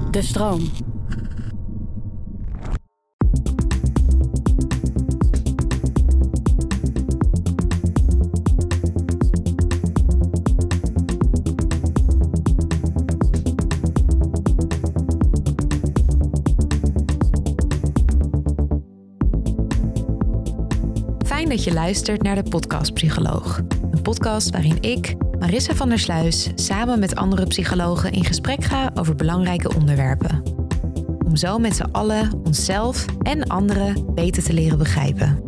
De stroom. Fijn dat je luistert naar de podcast Psycholoog. Een podcast waarin ik, Marissa van der Sluis, samen met andere psychologen in gesprek ga over belangrijke onderwerpen. Om zo met z'n allen onszelf en anderen beter te leren begrijpen.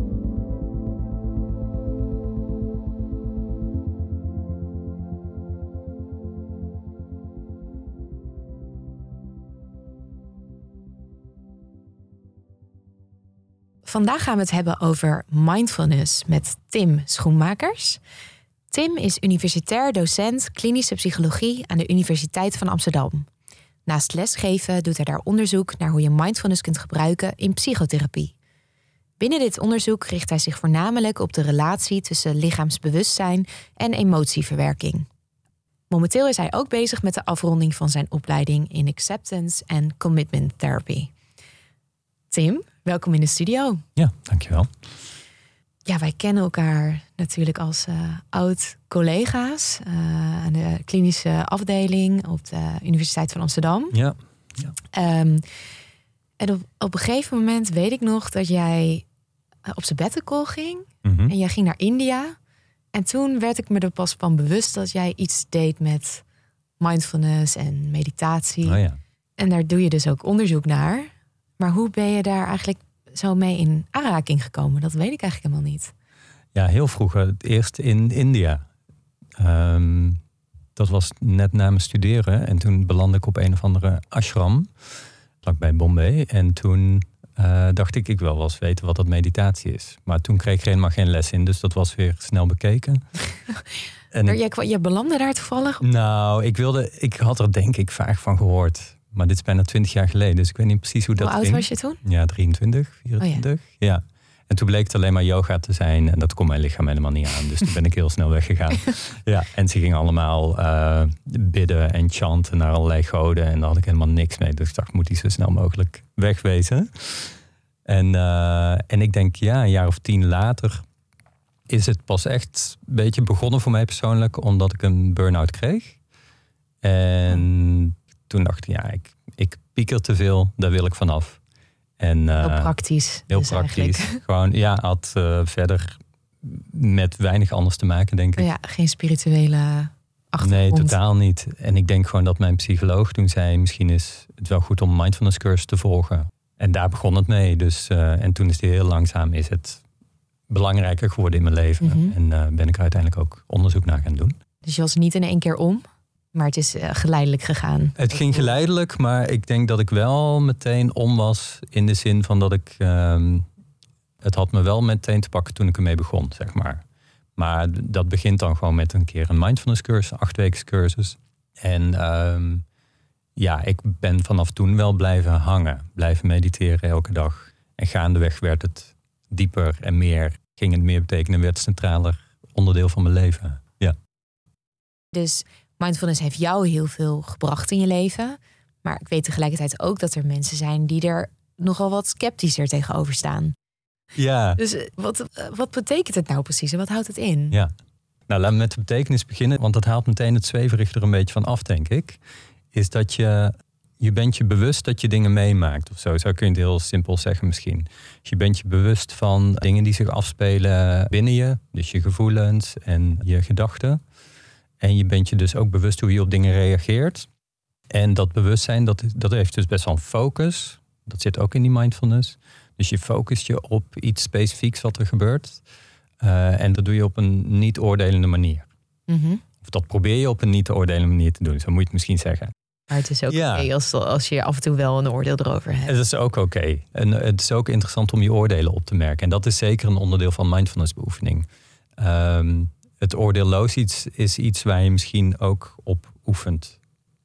Vandaag gaan we het hebben over mindfulness met Tim Schoenmakers. Tim is universitair docent klinische psychologie aan de Universiteit van Amsterdam. Naast lesgeven doet hij daar onderzoek naar hoe je mindfulness kunt gebruiken in psychotherapie. Binnen dit onderzoek richt hij zich voornamelijk op de relatie tussen lichaamsbewustzijn en emotieverwerking. Momenteel is hij ook bezig met de afronding van zijn opleiding in Acceptance en Commitment Therapy. Tim, welkom in de studio. Ja, dankjewel. Ja, wij kennen elkaar natuurlijk als oud-collega's aan de klinische afdeling op de Universiteit van Amsterdam. Ja. En op een gegeven moment weet ik nog dat jij op sabbatical ging. Mm-hmm. En jij ging naar India. En toen werd ik me er pas van bewust dat jij iets deed met mindfulness en meditatie. Oh ja. En daar doe je dus ook onderzoek naar. Maar hoe ben je daar eigenlijk zo mee in aanraking gekomen? Dat weet ik eigenlijk helemaal niet. Ja, heel vroeger. Eerst in India. Dat was net na mijn studeren. En toen belandde ik op een of andere ashram. Vlakbij Bombay. En toen dacht ik wil wel eens weten wat dat meditatie is. Maar toen kreeg ik er helemaal geen les in. Dus dat was weer snel bekeken. En je belandde daar toevallig? Nou, ik had er denk ik vaak van gehoord. Maar dit is bijna 20 jaar geleden. Dus ik weet niet precies hoe dat ging. Hoe oud was je toen? Ja, 23, 24. Oh ja. Ja. En toen bleek het alleen maar yoga te zijn. En dat kon mijn lichaam helemaal niet aan. Dus toen ben ik heel snel weggegaan. Ja, en ze gingen allemaal bidden en chanten naar allerlei goden. En daar had ik helemaal niks mee. Dus ik dacht, moet die zo snel mogelijk wegwezen. En ik denk, een jaar of 10 later is het pas echt een beetje begonnen voor mij persoonlijk. Omdat ik een burn-out kreeg. En toen dacht ik, ik pieker te veel. Daar wil ik vanaf. En, heel praktisch. Heel dus praktisch. Eigenlijk. Gewoon, had verder met weinig anders te maken, denk ik. Ja, geen spirituele achtergrond. Nee, totaal niet. En ik denk gewoon dat mijn psycholoog toen zei, misschien is het wel goed om een mindfulness cursus te volgen. En daar begon het mee. Dus, en toen is het heel langzaam is het belangrijker geworden in mijn leven. Mm-hmm. En ben ik er uiteindelijk ook onderzoek naar gaan doen. Dus je was niet in één keer om? Maar het is geleidelijk gegaan. Het ging geleidelijk, maar ik denk dat ik wel meteen om was. In de zin van dat ik... het had me wel meteen te pakken toen ik ermee begon, zeg maar. Maar dat begint dan gewoon met een keer een mindfulness cursus, 8-wekens cursus. En ik ben vanaf toen wel blijven hangen. Blijven mediteren elke dag. En gaandeweg werd het dieper en meer. Ging het meer betekenen, werd het centraler onderdeel van mijn leven. Ja. Dus mindfulness heeft jou heel veel gebracht in je leven. Maar ik weet tegelijkertijd ook dat er mensen zijn die er nogal wat sceptischer tegenover staan. Ja. Dus wat betekent het nou precies en wat houdt het in? Ja. Nou, laten we met de betekenis beginnen. Want dat haalt meteen het zweverig er een beetje van af, denk ik. Is dat je bent je bewust dat je dingen meemaakt of zo. Zo kun je het heel simpel zeggen misschien. Dus je bent je bewust van dingen die zich afspelen binnen je. Dus je gevoelens en je gedachten. En je bent je dus ook bewust hoe je op dingen reageert. En dat bewustzijn, dat heeft dus best wel een focus. Dat zit ook in die mindfulness. Dus je focust je op iets specifieks wat er gebeurt. En dat doe je op een niet-oordelende manier. Mm-hmm. Of dat probeer je op een niet-oordelende manier te doen. Zo moet je het misschien zeggen. Maar het is ook oké als je af en toe wel een oordeel erover hebt. Het is ook oké. En het is ook interessant om je oordelen op te merken. En dat is zeker een onderdeel van mindfulness beoefening. Het oordeelloos is iets waar je misschien ook op oefent.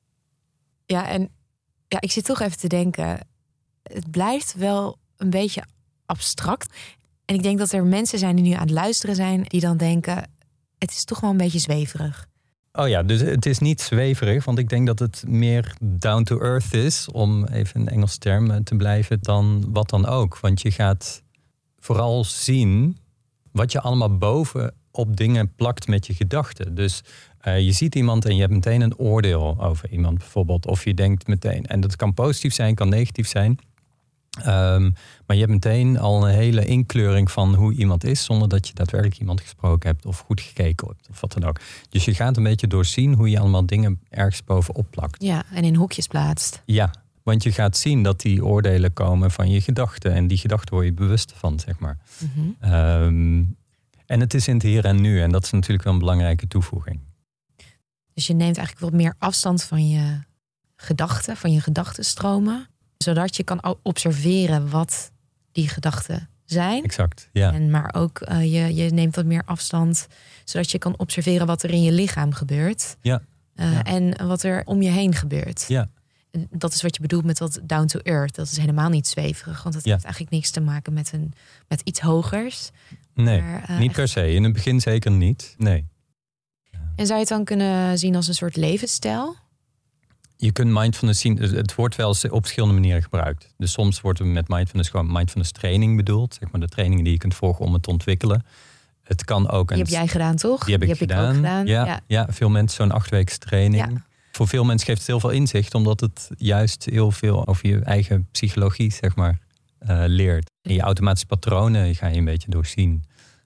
Ja, en ik zit toch even te denken. Het blijft wel een beetje abstract. En ik denk dat er mensen zijn die nu aan het luisteren zijn, die dan denken, het is toch wel een beetje zweverig. Oh ja, dus het is niet zweverig, want ik denk dat het meer down to earth is, om even een Engels term te blijven, dan wat dan ook. Want je gaat vooral zien wat je allemaal boven op dingen plakt met je gedachten. Dus je ziet iemand en je hebt meteen een oordeel over iemand bijvoorbeeld. Of je denkt meteen, en dat kan positief zijn, kan negatief zijn. Maar je hebt meteen al een hele inkleuring van hoe iemand is, zonder dat je daadwerkelijk iemand gesproken hebt of goed gekeken hebt of wat dan ook. Dus je gaat een beetje doorzien hoe je allemaal dingen ergens bovenop plakt. Ja, en in hokjes plaatst. Ja, want je gaat zien dat die oordelen komen van je gedachten. En die gedachten word je bewust van, zeg maar. Mm-hmm. En het is in het hier en nu. En dat is natuurlijk wel een belangrijke toevoeging. Dus je neemt eigenlijk wat meer afstand van je gedachten, van je gedachtenstromen, zodat je kan observeren wat die gedachten zijn. Exact, ja. Maar ook je neemt wat meer afstand, zodat je kan observeren wat er in je lichaam gebeurt. Ja. En wat er om je heen gebeurt. Ja. Dat is wat je bedoelt met dat down to earth. Dat is helemaal niet zweverig, want het heeft eigenlijk niks te maken met iets hogers. Nee, maar, niet per se. In het begin zeker niet, nee. En zou je het dan kunnen zien als een soort levensstijl? Je kunt mindfulness zien, het wordt wel op verschillende manieren gebruikt. Dus soms wordt er met mindfulness gewoon mindfulness training bedoeld. Zeg maar de trainingen die je kunt volgen om het te ontwikkelen. Het kan ook. Die heb jij gedaan, toch? Die heb ik gedaan. ook gedaan. Ja, veel mensen zo'n 8 weken training. Ja. Voor veel mensen geeft het heel veel inzicht, omdat het juist heel veel over je eigen psychologie, zeg maar, leert. En je automatische patronen ga je een beetje doorzien.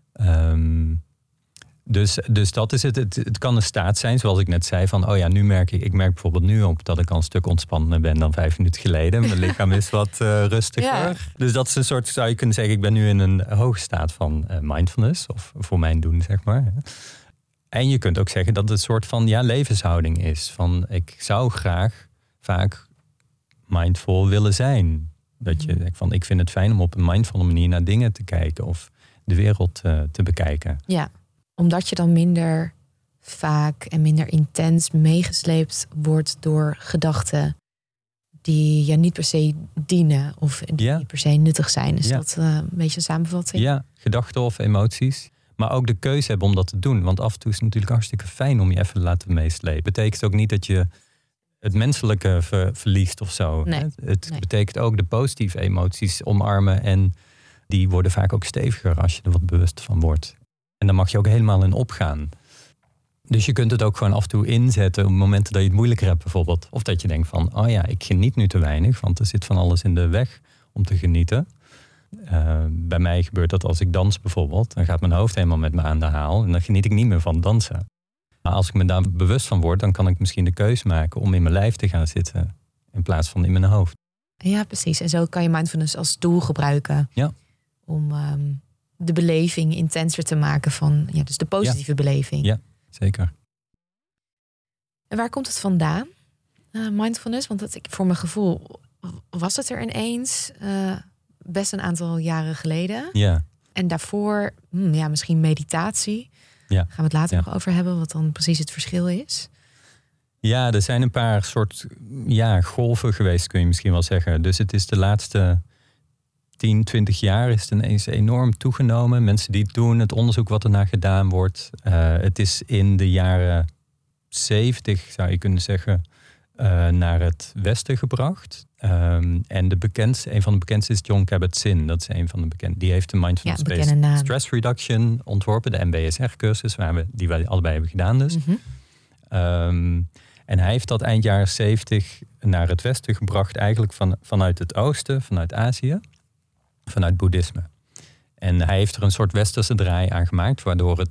Dus dat is het. Het kan een staat zijn, zoals ik net zei, van nu merk ik merk bijvoorbeeld nu op dat ik al een stuk ontspannender ben dan 5 minuten geleden. Mijn lichaam is wat rustiger. Ja. Dus dat is een soort, zou je kunnen zeggen, ik ben nu in een hoge staat van mindfulness, of voor mijn doen, zeg maar. En je kunt ook zeggen dat het een soort van levenshouding is. Van ik zou graag vaak mindful willen zijn. Dat je denkt van ik vind het fijn om op een mindfulle manier naar dingen te kijken of de wereld te bekijken. Ja, omdat je dan minder vaak en minder intens meegesleept wordt door gedachten die je niet per se dienen of die niet per se nuttig zijn. Is dat een beetje een samenvatting? Ja, gedachten of emoties. Maar ook de keuze hebben om dat te doen. Want af en toe is het natuurlijk hartstikke fijn om je even te laten meeslepen. Betekent ook niet dat je het menselijke verliest of zo. Nee. Het betekent ook de positieve emoties omarmen. En die worden vaak ook steviger als je er wat bewust van wordt. En dan mag je ook helemaal in opgaan. Dus je kunt het ook gewoon af en toe inzetten op momenten dat je het moeilijker hebt bijvoorbeeld. Of dat je denkt van, ik geniet nu te weinig. Want er zit van alles in de weg om te genieten. Bij mij gebeurt dat als ik dans bijvoorbeeld. Dan gaat mijn hoofd helemaal met me aan de haal. En dan geniet ik niet meer van dansen. Maar als ik me daar bewust van word, dan kan ik misschien de keuze maken om in mijn lijf te gaan zitten. In plaats van in mijn hoofd. Ja, precies. En zo kan je mindfulness als tool gebruiken. Ja. Om de beleving intenser te maken van, dus de positieve beleving. Ja, zeker. En waar komt het vandaan? Mindfulness? Want voor mijn gevoel was het er ineens best een aantal jaren geleden. Ja. En daarvoor, misschien meditatie. Ja. Gaan we het later nog over hebben, wat dan precies het verschil is. Ja, er zijn een paar soort golven geweest, kun je misschien wel zeggen. Dus het is de laatste 10, 20 jaar is het ineens enorm toegenomen. Mensen die het doen, het onderzoek wat ernaar gedaan wordt. Het is in de jaren 70, zou je kunnen zeggen, naar het Westen gebracht. En een van de bekendste is Jon Kabat-Zinn. Dat is een van de bekende. Die heeft de Mindfulness-Based Stress Reduction ontworpen. De MBSR-cursus, die wij allebei hebben gedaan dus. Mm-hmm. En hij heeft dat eind jaren 70 naar het Westen gebracht. Eigenlijk vanuit het Oosten, vanuit Azië. Vanuit boeddhisme. En hij heeft er een soort westerse draai aan gemaakt. Waardoor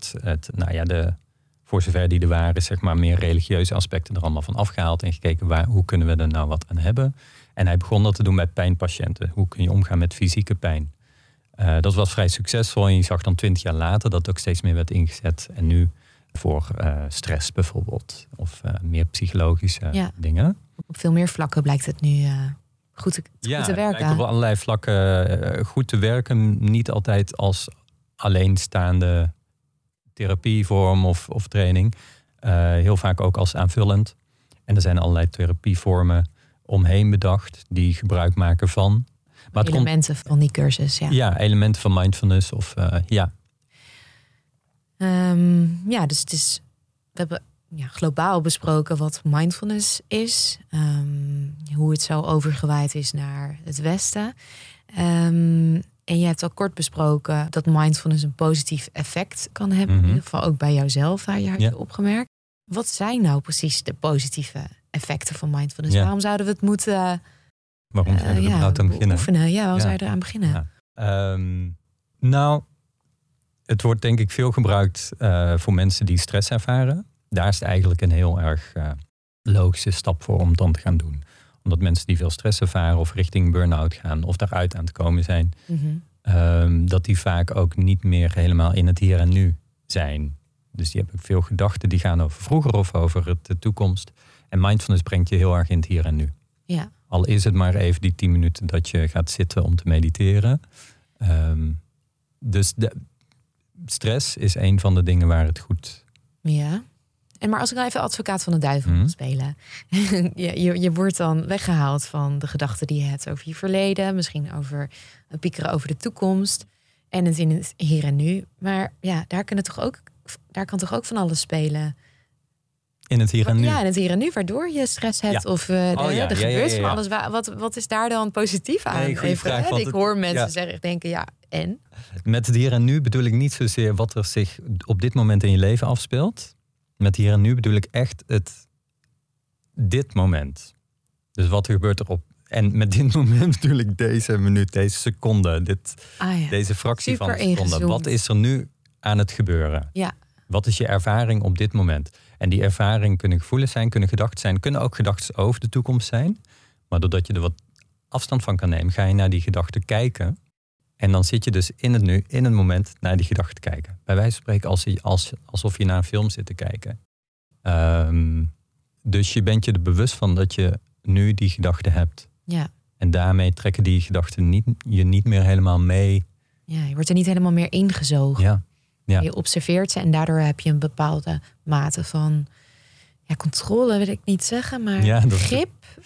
voor zover die er waren, zeg maar, meer religieuze aspecten er allemaal van afgehaald. En gekeken hoe kunnen we er nou wat aan hebben. En hij begon dat te doen bij pijnpatiënten. Hoe kun je omgaan met fysieke pijn? Dat was vrij succesvol. En je zag dan 20 jaar later dat ook steeds meer werd ingezet. En nu voor stress bijvoorbeeld. Of meer psychologische dingen. Op veel meer vlakken blijkt het nu goed te werken. Het lijkt op allerlei vlakken goed te werken. Niet altijd als alleenstaande therapievorm of training. Heel vaak ook als aanvullend. En er zijn allerlei therapievormen omheen bedacht die gebruik maken van. Maar elementen van die cursus, Ja, elementen van mindfulness. Dus het is, we hebben globaal besproken wat mindfulness is. Hoe het zo overgewaaid is naar het Westen. En je hebt al kort besproken dat mindfulness een positief effect kan hebben. In ieder geval ook bij jouzelf, had je opgemerkt. Wat zijn nou precies de positieve effecten van mindfulness? Waarom zouden we het moeten Waarom zouden we er aan beginnen? Oefenen? Ja, waarom zou je eraan beginnen? Ja. Het wordt denk ik veel gebruikt voor mensen die stress ervaren. Daar is het eigenlijk een heel erg logische stap voor om het dan te gaan doen. Omdat mensen die veel stress ervaren of richting burn-out gaan of daaruit aan het komen zijn, dat die vaak ook niet meer helemaal in het hier en nu zijn. Dus die hebben veel gedachten die gaan over vroeger of over de toekomst. En mindfulness brengt je heel erg in het hier en nu. Ja. Al is het maar even die 10 minuten dat je gaat zitten om te mediteren. Dus stress is een van de dingen waar het goed... Ja. Maar als ik nou even advocaat van de duivel wil spelen. je wordt dan weggehaald van de gedachten die je hebt over je verleden. Misschien over piekeren over de toekomst. En het in het hier en nu. Maar ja, daar kan toch ook van alles spelen. In het hier en nu? Ja, in het hier en nu, waardoor je stress hebt. Ja. Of er gebeurt van alles. Wat is daar dan positief aan? Nee, goede vraag, ik hoor mensen denken, en? Met het hier en nu bedoel ik niet zozeer wat er zich op dit moment in je leven afspeelt. Met hier en nu bedoel ik echt dit moment. Dus wat gebeurt erop? En met dit moment bedoel ik deze minuut, deze seconde, deze fractie super van een seconde. ingezoomd. Wat is er nu aan het gebeuren? Ja. Wat is je ervaring op dit moment? En die ervaring kunnen gevoelens zijn, kunnen gedachten zijn, kunnen ook gedachten over de toekomst zijn. Maar doordat je er wat afstand van kan nemen, ga je naar die gedachten kijken. En dan zit je dus in het nu, in het moment, naar die gedachten kijken. Bij wijze van spreken alsof je naar een film zit te kijken. Dus je bent je er bewust van dat je nu die gedachten hebt. Ja. En daarmee trekken die gedachten je niet meer helemaal mee. Ja, je wordt er niet helemaal meer ingezogen. Ja. Ja. Je observeert ze en daardoor heb je een bepaalde mate van controle, wil ik niet zeggen, maar grip.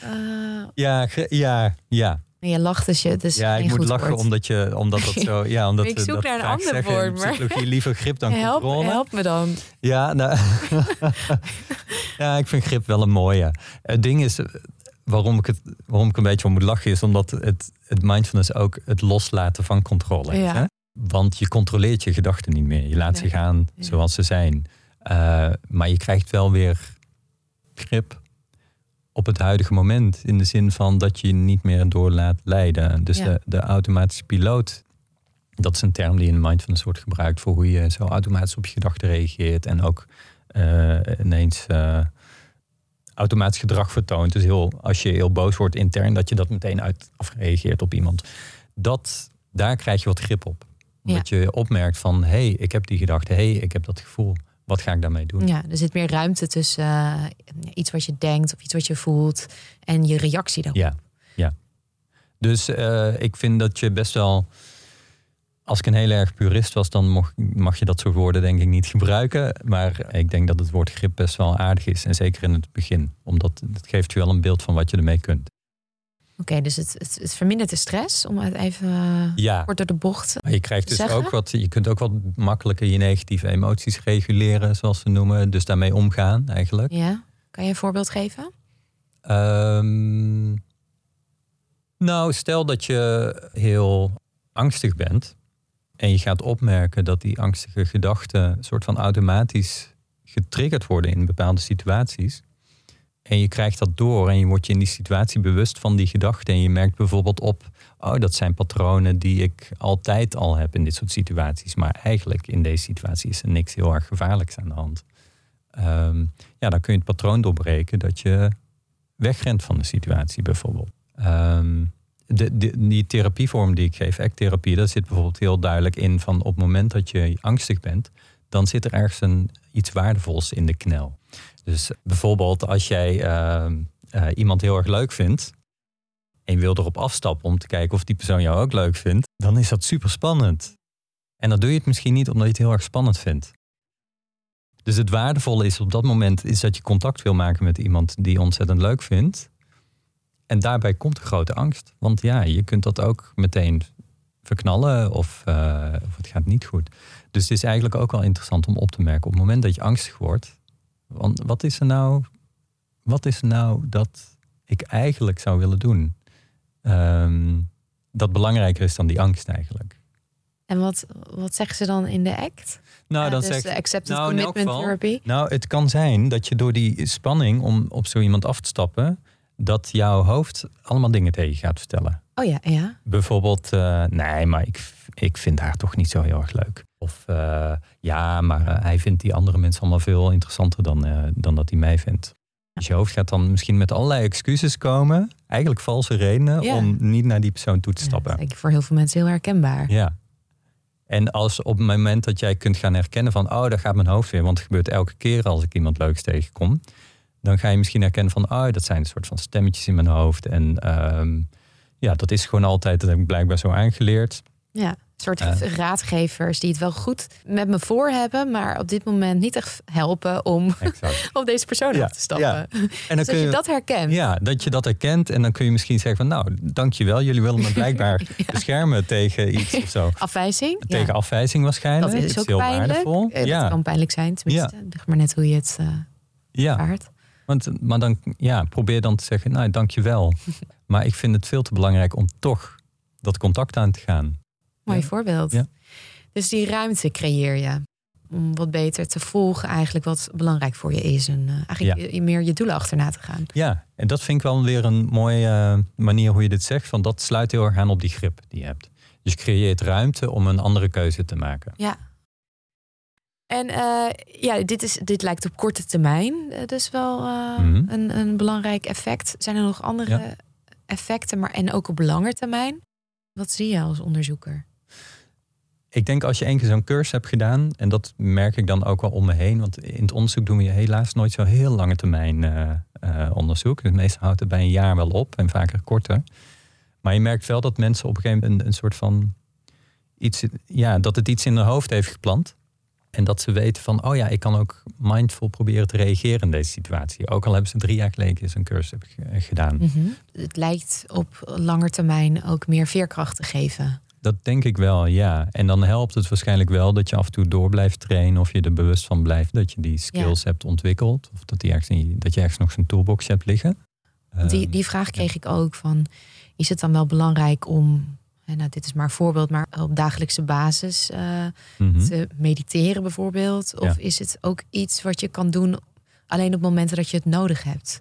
Ja. En je lacht dus je. Dus ja, ik moet lachen woord. omdat dat zo. Ja, omdat ik zoek naar een ander woord. Maar psychologie liever grip dan controle. Help me dan. Ja, nou, ja, ik vind grip wel een mooie. Het ding is, waarom ik een beetje om moet lachen, is omdat het mindfulness ook het loslaten van controle is. Hè? Want je controleert je gedachten niet meer. Je laat ze gaan zoals ze zijn. Maar je krijgt wel weer grip op het huidige moment. In de zin van dat je niet meer door laat leiden. Dus de automatische piloot. Dat is een term die in mindfulness wordt gebruikt voor hoe je zo automatisch op je gedachten reageert. En ook ineens automatisch gedrag vertoont. Dus als je heel boos wordt intern, dat je dat meteen afreageert op iemand. Daar krijg je wat grip op. Omdat je opmerkt van, hey, ik heb die gedachte, hey, ik heb dat gevoel. Wat ga ik daarmee doen? Ja, er zit meer ruimte tussen iets wat je denkt of iets wat je voelt en je reactie daarop. Ja. Dus ik vind dat je best wel, als ik een heel erg purist was, dan mag je dat soort woorden denk ik niet gebruiken. Maar ik denk dat het woord grip best wel aardig is. En zeker in het begin. Omdat het geeft je wel een beeld van wat je ermee kunt. Oké, dus het vermindert de stress, om het even kort door de bocht maar je krijgt dus zeggen. je kunt ook wat makkelijker je negatieve emoties reguleren, zoals ze noemen. Dus daarmee omgaan eigenlijk. Ja, kan je een voorbeeld geven? Nou, stel dat je heel angstig bent en je gaat opmerken dat die angstige gedachten soort van automatisch getriggerd worden in bepaalde situaties. En je krijgt dat door en je wordt je in die situatie bewust van die gedachten. En je merkt bijvoorbeeld op, dat zijn patronen die ik altijd al heb in dit soort situaties. Maar eigenlijk in deze situatie is er niks heel erg gevaarlijks aan de hand. Dan kun je het patroon doorbreken dat je wegrent van de situatie bijvoorbeeld. Die therapievorm die ik geef, ACT-therapie, daar zit bijvoorbeeld heel duidelijk in van op het moment dat je angstig bent, dan zit er ergens iets waardevols in de knel. Dus bijvoorbeeld als jij iemand heel erg leuk vindt en je wil erop afstappen om te kijken of die persoon jou ook leuk vindt, dan is dat super spannend. En dan doe je het misschien niet omdat je het heel erg spannend vindt. Dus het waardevolle is op dat moment is dat je contact wil maken met iemand die je ontzettend leuk vindt. En daarbij komt de grote angst. Want je kunt dat ook meteen verknallen of het gaat niet goed. Dus het is eigenlijk ook wel interessant om op te merken. Op het moment dat je angstig wordt, Want wat is er nou dat ik eigenlijk zou willen doen? Dat belangrijker is dan die angst eigenlijk. En wat zeggen ze dan in de ACT? Nou, dan dus zegt Accepted Commitment Therapy. Nou, het kan zijn dat je door die spanning om op zo iemand af te stappen, dat jouw hoofd allemaal dingen tegen je gaat vertellen. Oh ja. Bijvoorbeeld, nee, maar ik vind haar toch niet zo heel erg leuk. Of maar hij vindt die andere mensen allemaal veel interessanter dan dat hij mij vindt. Dus je hoofd gaat dan misschien met allerlei excuses komen, eigenlijk valse redenen, om niet naar die persoon toe te stappen. Dat is denk ik voor heel veel mensen heel herkenbaar. Ja. En als op het moment dat jij kunt gaan herkennen van, daar gaat mijn hoofd weer, want het gebeurt elke keer als ik iemand leuks tegenkom, dan ga je misschien herkennen van, dat zijn een soort van stemmetjes in mijn hoofd. En dat is gewoon altijd, dat heb ik blijkbaar zo aangeleerd. Ja, een soort raadgevers die het wel goed met me voor hebben, maar op dit moment niet echt helpen om op deze persoon af te stappen. Ja. En dan dus dat je dat herkent. Ja, dat je dat herkent en dan kun je misschien zeggen van, dankjewel, jullie willen me blijkbaar beschermen tegen iets of zo. Afwijzing? Tegen afwijzing waarschijnlijk. Dat is ook heel pijnlijk. Waardevol. Dat kan pijnlijk zijn, tenminste. Zeg maar net hoe je het ervaart. Maar dan probeer dan te zeggen, dankjewel. Maar ik vind het veel te belangrijk om toch dat contact aan te gaan. Mooi voorbeeld. Ja. Dus die ruimte creëer je. Om wat beter te volgen eigenlijk wat belangrijk voor je is. En eigenlijk meer je doelen achterna te gaan. Ja, en dat vind ik wel weer een mooie manier hoe je dit zegt. Van dat sluit heel erg aan op die grip die je hebt. Dus je creëert ruimte om een andere keuze te maken. Ja. En dit lijkt op korte termijn dus wel een belangrijk effect. Zijn er nog andere effecten, en ook op lange termijn? Wat zie je als onderzoeker? Ik denk als je 1 keer zo'n cursus hebt gedaan, en dat merk ik dan ook wel om me heen, want in het onderzoek doen we helaas nooit zo heel lange termijn onderzoek. Het meeste houdt het bij een jaar wel op en vaker korter. Maar je merkt wel dat mensen op een gegeven moment een soort van dat het iets in hun hoofd heeft geplant. En dat ze weten van, ik kan ook mindful proberen te reageren in deze situatie. Ook al hebben ze 3 jaar geleden zo'n cursus gedaan. Mm-hmm. Het lijkt op lange termijn ook meer veerkracht te geven. Dat denk ik wel, ja. En dan helpt het waarschijnlijk wel dat je af en toe door blijft trainen. Of je er bewust van blijft dat je die skills hebt ontwikkeld. Of dat je ergens nog zo'n toolbox hebt liggen. Die vraag kreeg ik ook van, is het dan wel belangrijk om, dit is maar een voorbeeld, maar op dagelijkse basis te mediteren bijvoorbeeld? Of is het ook iets wat je kan doen alleen op momenten dat je het nodig hebt?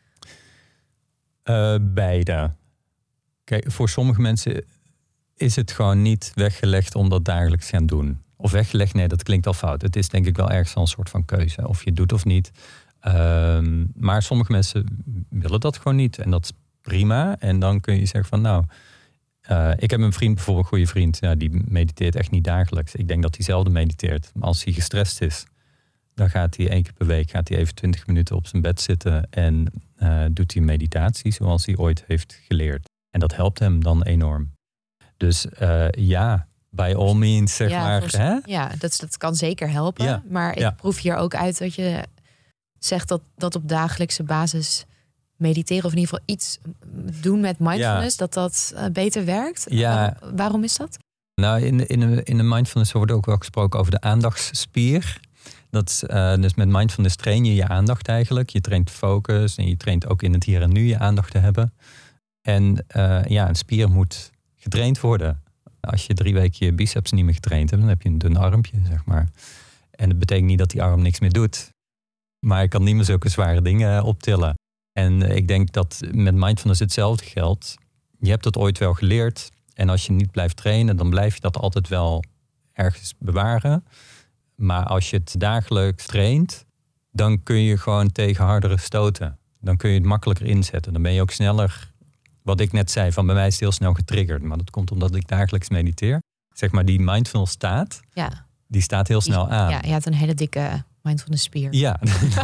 Beide. Kijk, voor sommige mensen is het gewoon niet weggelegd om dat dagelijks te gaan doen. Of weggelegd, nee, dat klinkt al fout. Het is denk ik wel ergens een soort van keuze. Of je het doet of niet. Maar sommige mensen willen dat gewoon niet. En dat is prima. En dan kun je zeggen van ik heb een vriend, bijvoorbeeld een goede vriend, die mediteert echt niet dagelijks. Ik denk dat hij zelden mediteert. Maar als hij gestrest is, dan gaat hij 1 keer per week even 20 minuten op zijn bed zitten en doet hij meditatie zoals hij ooit heeft geleerd. En dat helpt hem dan enorm. Dus by all means, zeg maar. Ja, dat kan zeker helpen. Ja, maar ik proef hier ook uit dat je zegt dat op dagelijkse basis mediteren, of in ieder geval iets doen met mindfulness, dat beter werkt. Ja. Waarom is dat? Nou, in de mindfulness wordt ook wel gesproken over de aandachtsspier. Dat is, dus met mindfulness train je aandacht eigenlijk. Je traint focus en je traint ook in het hier en nu je aandacht te hebben. En een spier moet getraind worden. Als je 3 weken je biceps niet meer getraind hebt, dan heb je een dun armpje, zeg maar. En dat betekent niet dat die arm niks meer doet. Maar je kan niet meer zulke zware dingen optillen. En ik denk dat met mindfulness hetzelfde geldt. Je hebt het ooit wel geleerd. En als je niet blijft trainen, dan blijf je dat altijd wel ergens bewaren. Maar als je het dagelijks traint, dan kun je gewoon tegen hardere stoten. Dan kun je het makkelijker inzetten. Dan ben je ook sneller, wat ik net zei, van bij mij is het heel snel getriggerd. Maar dat komt omdat ik dagelijks mediteer. Zeg maar die mindfulness staat, die staat heel snel aan. Ja, je hebt een hele dikke mindfulness spier. Ja.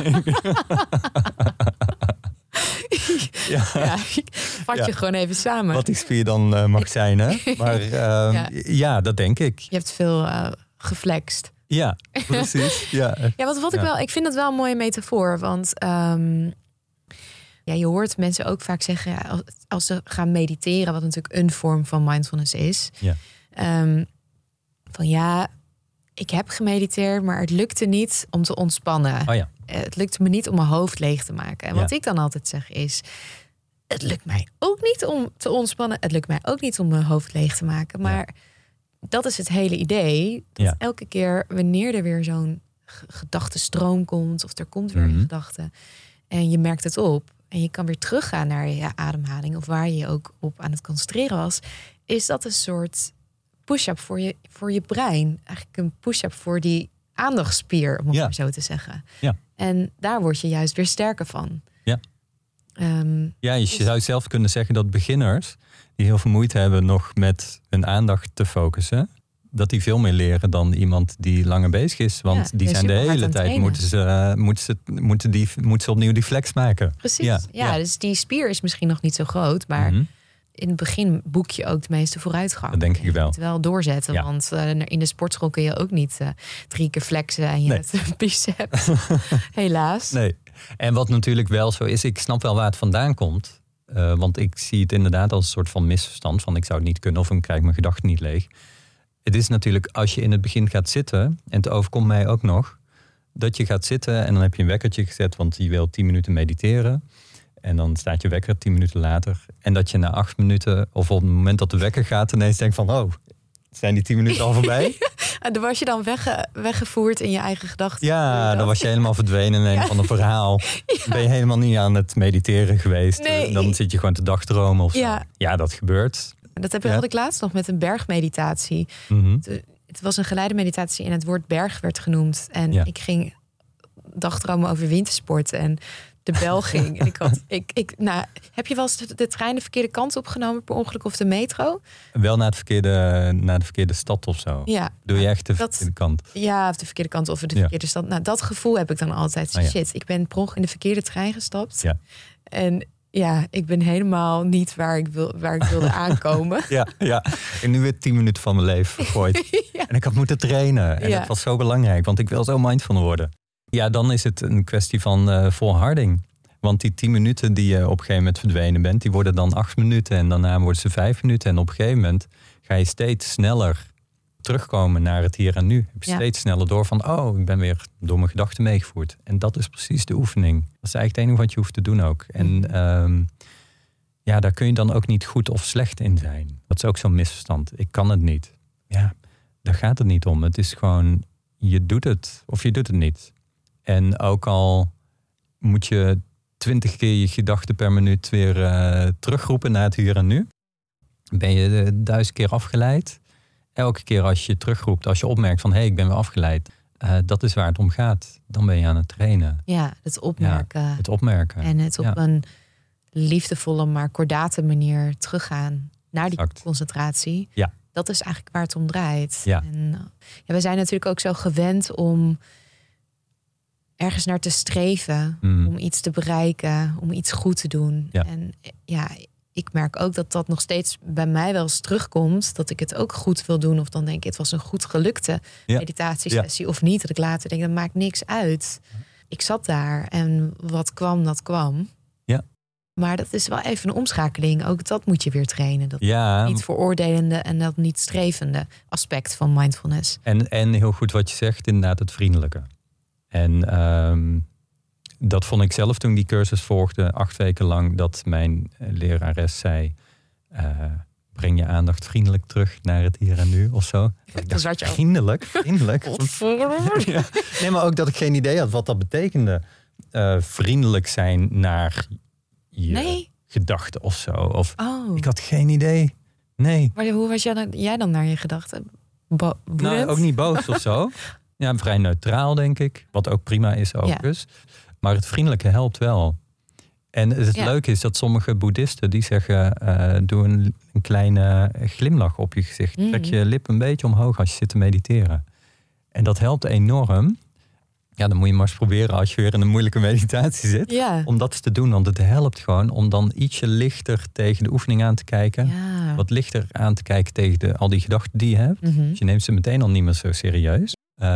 Ik vat je gewoon even samen. Wat die spier dan mag zijn, hè? Maar dat denk ik. Je hebt veel geflext. Ja, precies. Ik vind dat wel een mooie metafoor. Want je hoort mensen ook vaak zeggen, als ze gaan mediteren, wat natuurlijk een vorm van mindfulness is. Ja. ik heb gemediteerd, maar het lukte niet om te ontspannen. Oh ja. Het lukte me niet om mijn hoofd leeg te maken. En wat ik dan altijd zeg is, het lukt mij ook niet om te ontspannen. Het lukt mij ook niet om mijn hoofd leeg te maken. Maar dat is het hele idee. Dat elke keer wanneer er weer zo'n gedachtenstroom komt, of er komt weer een gedachte, en je merkt het op, en je kan weer teruggaan naar je ademhaling, of waar je ook op aan het concentreren was, is dat een soort push-up voor je brein. Eigenlijk een push-up voor die aandachtsspier, om het maar zo te zeggen. Ja. En daar word je juist weer sterker van. Ja. Je zou zelf kunnen zeggen dat beginners die heel veel moeite hebben nog met hun aandacht te focussen, dat die veel meer leren dan iemand die langer bezig is. Want die zijn de hele tijd moeten ze opnieuw die flex maken. Precies. Ja, dus die spier is misschien nog niet zo groot, maar in het begin boek je ook de meeste vooruitgang. Dat denk ik wel. Je moet wel doorzetten, want in de sportschool kun je ook niet 3 keer flexen en je hebt een biceps. Helaas. Nee. En wat natuurlijk wel zo is, ik snap wel waar het vandaan komt. Want ik zie het inderdaad als een soort van misverstand van ik zou het niet kunnen of ik krijg mijn gedachten niet leeg. Het is natuurlijk als je in het begin gaat zitten, en het overkomt mij ook nog, dat je gaat zitten en dan heb je een wekkertje gezet, want je wil 10 minuten mediteren. En dan staat je wekker 10 minuten later. En dat je na 8 minuten, of op het moment dat de wekker gaat, ineens denkt van, oh, zijn die 10 minuten al voorbij? En dan was je dan weggevoerd in je eigen gedachten. Ja, dan was je helemaal verdwenen in een van een verhaal. Ben je helemaal niet aan het mediteren geweest. Nee. Dan zit je gewoon te dagdromen of zo. Ja, dat gebeurt. Dat had ik laatst nog met een bergmeditatie. Het was een geleide meditatie en het woord berg werd genoemd. En ik ging dagdromen over wintersport en de bel ging. En heb je wel eens de trein de verkeerde kant opgenomen per ongeluk of de metro? Wel naar de verkeerde stad of zo. Ja. Doe je echt de verkeerde kant? Ja, of de verkeerde kant of de verkeerde stad. Nou, dat gevoel heb ik dan altijd. Shit, ik ben per ongeluk in de verkeerde trein gestapt. Ja. En ja, ik ben helemaal niet waar ik wilde aankomen. Ja. En nu weer 10 minuten van mijn leven vergooid. En ik had moeten trainen. En dat was zo belangrijk, want ik wil zo mindful worden. Ja, dan is het een kwestie van volharding. Want die 10 minuten die je op een gegeven moment verdwenen bent, die worden dan 8 minuten en daarna worden ze 5 minuten. En op een gegeven moment ga je steeds sneller terugkomen naar het hier en nu. Heb je steeds sneller door van, ik ben weer door mijn gedachten meegevoerd. En dat is precies de oefening. Dat is eigenlijk het enige wat je hoeft te doen ook. En daar kun je dan ook niet goed of slecht in zijn. Dat is ook zo'n misverstand. Ik kan het niet. Ja, daar gaat het niet om. Het is gewoon, je doet het of je doet het niet. En ook al moet je 20 keer je gedachten per minuut weer terugroepen naar het hier en nu, ben je 1000 keer afgeleid. Elke keer als je terugroept, als je opmerkt van, ik ben weer afgeleid, dat is waar het om gaat. Dan ben je aan het trainen. Ja, het opmerken. Ja, het opmerken. En het op een liefdevolle, maar kordate manier teruggaan naar die concentratie. Ja. Dat is eigenlijk waar het om draait. Ja. En we zijn natuurlijk ook zo gewend om ergens naar te streven, om iets te bereiken, om iets goed te doen. Ja. En ik merk ook dat dat nog steeds bij mij wel eens terugkomt, dat ik het ook goed wil doen, of dan denk ik, het was een goed gelukte meditatiesessie of niet. Dat ik later denk, dat maakt niks uit. Ik zat daar en wat kwam, dat kwam. Ja. Maar dat is wel even een omschakeling. Ook dat moet je weer trainen. Dat niet veroordelende en dat niet strevende aspect van mindfulness. En heel goed wat je zegt, inderdaad het vriendelijke. En dat vond ik zelf toen die cursus volgde, 8 weken lang, dat mijn lerares zei, breng je aandacht vriendelijk terug naar het hier en nu of zo. Dat was vriendelijk. Ja. Nee, maar ook dat ik geen idee had wat dat betekende. Vriendelijk zijn naar je gedachten of zo. Of, ik had geen idee. Nee. Maar hoe was jij dan naar je gedachten? Nou, ook niet boos of zo. Ja, vrij neutraal, denk ik. Wat ook prima is overigens. Ja. Maar het vriendelijke helpt wel. En het leuke is dat sommige boeddhisten die zeggen, doe een kleine glimlach op je gezicht. Trek je lip een beetje omhoog als je zit te mediteren. En dat helpt enorm. Ja, dan moet je maar eens proberen als je weer in een moeilijke meditatie zit. Ja. Om dat eens te doen, want het helpt gewoon om dan ietsje lichter tegen de oefening aan te kijken. Ja. Wat lichter aan te kijken tegen al die gedachten die je hebt. Dus je neemt ze meteen al niet meer zo serieus.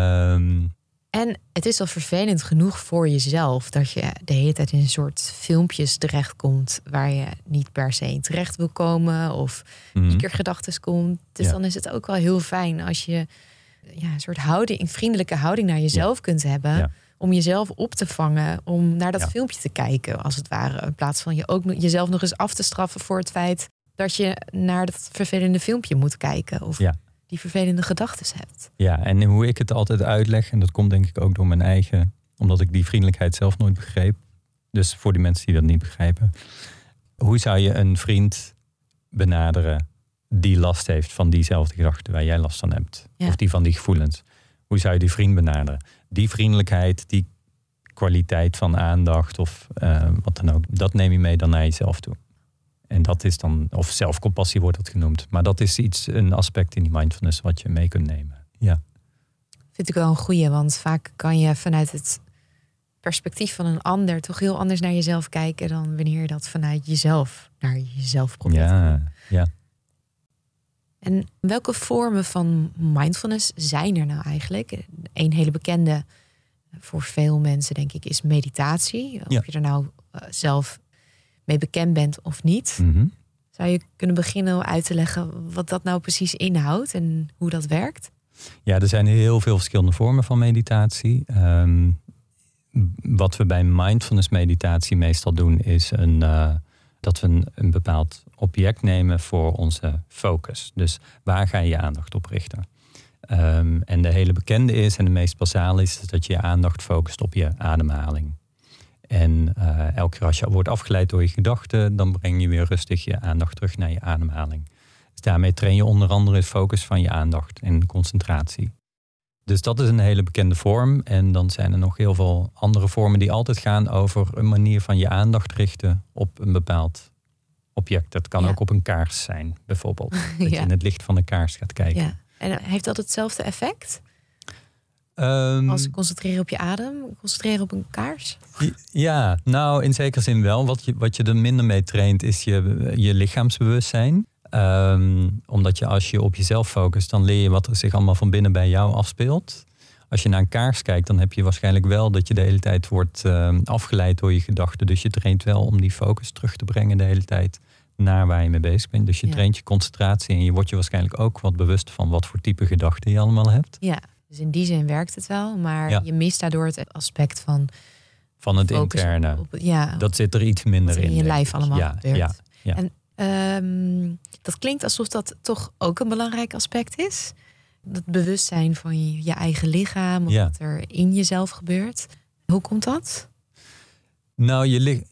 En het is al vervelend genoeg voor jezelf dat je de hele tijd in een soort filmpjes terechtkomt waar je niet per se in terecht wil komen of keer gedachten komt. Dus dan is het ook wel heel fijn als je een soort een vriendelijke houding naar jezelf kunt hebben. Ja. Om jezelf op te vangen, om naar dat filmpje te kijken, als het ware. In plaats van je ook jezelf nog eens af te straffen voor het feit dat je naar dat vervelende filmpje moet kijken. Of die vervelende gedachten hebt. Ja, en hoe ik het altijd uitleg, en dat komt denk ik ook door mijn eigen, omdat ik die vriendelijkheid zelf nooit begreep. Dus voor die mensen die dat niet begrijpen. Hoe zou je een vriend benaderen die last heeft van diezelfde gedachten waar jij last van hebt? Ja. Of die van die gevoelens? Hoe zou je die vriend benaderen? Die vriendelijkheid, die kwaliteit van aandacht of wat dan ook, dat neem je mee dan naar jezelf toe. En dat is dan, of zelfcompassie wordt dat genoemd. Maar dat is een aspect in die mindfulness wat je mee kunt nemen. Ja. Vind ik wel een goeie, want vaak kan je vanuit het perspectief van een ander toch heel anders naar jezelf kijken dan wanneer je dat vanuit jezelf naar jezelf probeert te doen. Ja. En welke vormen van mindfulness zijn er nou eigenlijk? Een hele bekende voor veel mensen, denk ik, is meditatie. Of je er nou zelf mee bekend bent of niet. Mm-hmm. Zou je kunnen beginnen uit te leggen wat dat nou precies inhoudt en hoe dat werkt? Ja, er zijn heel veel verschillende vormen van meditatie. Wat we bij mindfulness meditatie meestal doen is dat we een bepaald object nemen voor onze focus. Dus waar ga je je aandacht op richten? En de hele bekende is en de meest basale is dat je je aandacht focust op je ademhaling. En elke keer als je wordt afgeleid door je gedachten, dan breng je weer rustig je aandacht terug naar je ademhaling. Dus daarmee train je onder andere het focus van je aandacht en concentratie. Dus dat is een hele bekende vorm. En dan zijn er nog heel veel andere vormen die altijd gaan over een manier van je aandacht richten op een bepaald object. Dat kan ook op een kaars zijn, bijvoorbeeld. Dat je in het licht van de kaars gaat kijken. Ja. En heeft dat hetzelfde effect? Als concentreren op je adem, concentreren op een kaars? Ja, nou in zekere zin wel. Wat je er minder mee traint is je lichaamsbewustzijn. Omdat als je op jezelf focust, dan leer je wat er zich allemaal van binnen bij jou afspeelt. Als je naar een kaars kijkt, dan heb je waarschijnlijk wel dat je de hele tijd wordt afgeleid door je gedachten. Dus je traint wel om die focus terug te brengen de hele tijd naar waar je mee bezig bent. Dus je traint je concentratie en je wordt je waarschijnlijk ook wat bewust van wat voor type gedachten je allemaal hebt. Ja, dus in die zin werkt het wel, maar je mist daardoor het aspect van het interne. Dat zit er iets minder in. In je lijf allemaal gebeurt. Ja. En dat klinkt alsof dat toch ook een belangrijk aspect is. Het bewustzijn van je eigen lichaam, of wat er in jezelf gebeurt. Hoe komt dat? Nou,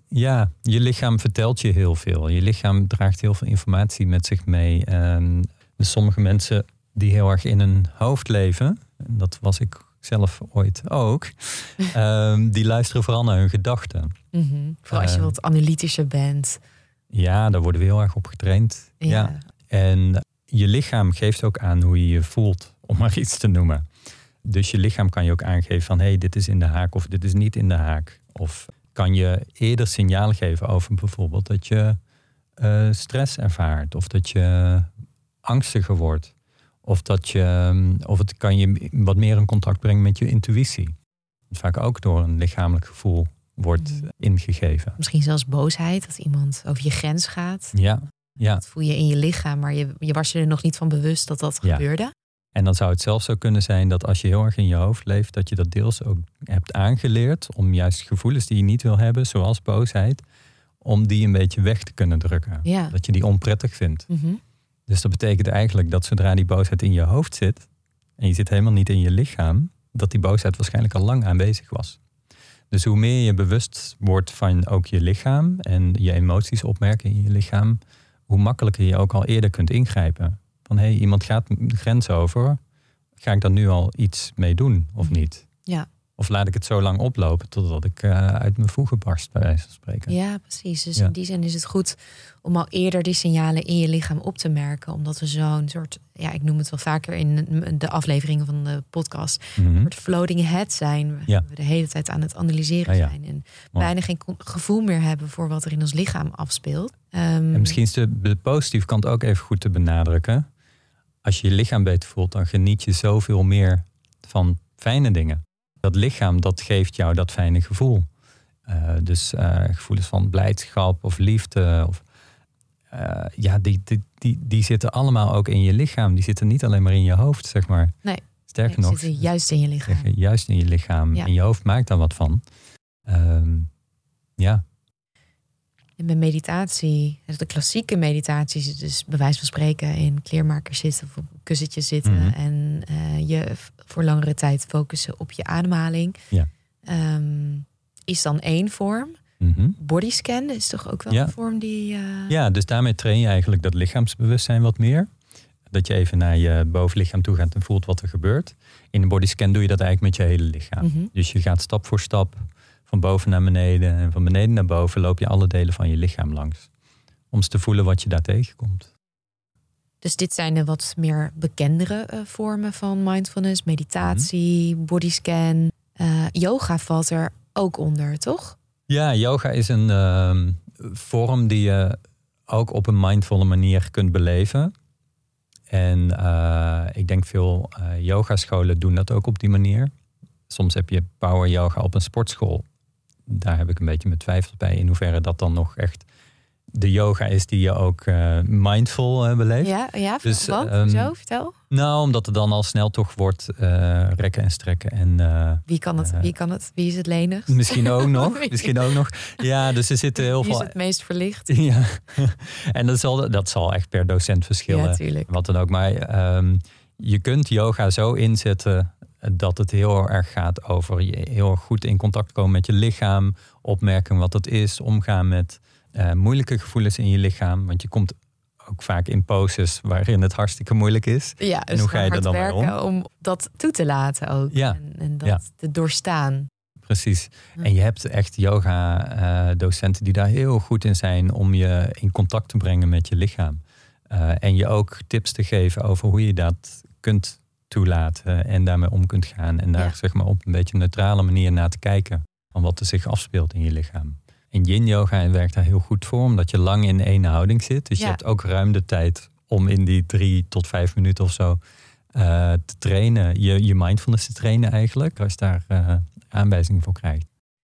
je lichaam vertelt je heel veel. Je lichaam draagt heel veel informatie met zich mee. Dus sommige mensen die heel erg in hun hoofd leven, en dat was ik zelf ooit ook, die luisteren vooral naar hun gedachten. Mm-hmm. Vooral als je wat analytischer bent. Ja, daar worden we heel erg op getraind. Ja. En je lichaam geeft ook aan hoe je je voelt, om maar iets te noemen. Dus je lichaam kan je ook aangeven van, hey, dit is in de haak of dit is niet in de haak. Of kan je eerder signaal geven over bijvoorbeeld dat je stress ervaart. Of dat je angstiger wordt. Of het kan je wat meer in contact brengen met je intuïtie. Vaak ook door een lichamelijk gevoel wordt ingegeven. Misschien zelfs boosheid, dat iemand over je grens gaat. Ja. Dat voel je in je lichaam, maar je was je er nog niet van bewust dat gebeurde. En dan zou het zelfs zo kunnen zijn dat als je heel erg in je hoofd leeft, dat je dat deels ook hebt aangeleerd om juist gevoelens die je niet wil hebben, zoals boosheid, om die een beetje weg te kunnen drukken. Ja. Dat je die onprettig vindt. Mm-hmm. Dus dat betekent eigenlijk dat zodra die boosheid in je hoofd zit, en je zit helemaal niet in je lichaam, dat die boosheid waarschijnlijk al lang aanwezig was. Dus hoe meer je bewust wordt van ook je lichaam en je emoties opmerken in je lichaam, hoe makkelijker je ook al eerder kunt ingrijpen. Van iemand gaat de grens over, ga ik daar nu al iets mee doen of niet? Ja. Of laat ik het zo lang oplopen totdat ik uit mijn voegen barst, bij wijze van spreken. Ja, precies. Dus in die zin is het goed om al eerder die signalen in je lichaam op te merken. Omdat we zo'n soort, ik noem het wel vaker in de afleveringen van de podcast, een soort floating head zijn. We de hele tijd aan het analyseren zijn. En bijna geen gevoel meer hebben voor wat er in ons lichaam afspeelt. En misschien is de positieve kant ook even goed te benadrukken. Als je je lichaam beter voelt, dan geniet je zoveel meer van fijne dingen. Dat lichaam, dat geeft jou dat fijne gevoel. Dus gevoelens van blijdschap of liefde. Die zitten allemaal ook in je lichaam. Die zitten niet alleen maar in je hoofd, zeg maar. Nee. Sterker nog, zitten juist in je lichaam. Juist in je lichaam. Ja. En je hoofd maakt daar wat van. Ja. En bij meditatie, de klassieke meditaties, dus bij wijze van spreken in kleermakers zitten of op een kussentje zitten. Mhm. En je voor langere tijd focussen op je ademhaling. Ja. Is dan één vorm. Mhm. Bodyscan is toch ook wel Ja. een vorm die... Ja, dus daarmee train je eigenlijk dat lichaamsbewustzijn wat meer. Dat je even naar je bovenlichaam toe gaat en voelt wat er gebeurt. In de bodyscan doe je dat eigenlijk met je hele lichaam. Mhm. Dus je gaat stap voor stap van boven naar beneden. En van beneden naar boven loop je alle delen van je lichaam langs. Om eens te voelen wat je daar tegenkomt. Dus dit zijn de wat meer bekendere vormen van mindfulness. Meditatie, bodyscan. Yoga valt er ook onder, toch? Ja, yoga is een vorm die je ook op een mindvolle manier kunt beleven. En ik denk veel yogascholen doen dat ook op die manier. Soms heb je power yoga op een sportschool. Daar heb ik een beetje mijn twijfels bij in hoeverre dat dan nog echt de yoga is die je ook mindful beleeft. Ja, Dus, want? Hoezo? Vertel. Nou, omdat het dan al snel toch wordt rekken en strekken. En, Wie kan het? Wie is het lenigst? Misschien ook nog. Ja, dus er zitten heel Wie veel... is het meest verlicht? Ja, en dat zal echt per docent verschillen. Ja, tuurlijk. Wat dan ook. Maar je kunt yoga zo inzetten dat het heel erg gaat over je heel goed in contact komen met je lichaam. Opmerken wat het is. Omgaan met moeilijke gevoelens in je lichaam. Want je komt ook vaak in poses waarin het hartstikke moeilijk is. Ja, dus en hoe ga je er dan mee om dat toe te laten ook. Ja. En dat te doorstaan. Precies. En je hebt echt yoga-docenten die daar heel goed in zijn om je in contact te brengen met je lichaam. En je ook tips te geven over hoe je dat kunt toelaten en daarmee om kunt gaan. En daar zeg maar op een beetje neutrale manier naar te kijken van wat er zich afspeelt in je lichaam. En yin yoga werkt daar heel goed voor, omdat je lang in één houding zit. Dus je hebt ook ruim de tijd om in die 3 tot 5 minuten of zo te trainen. Je mindfulness te trainen eigenlijk, als je daar aanwijzingen voor krijgt.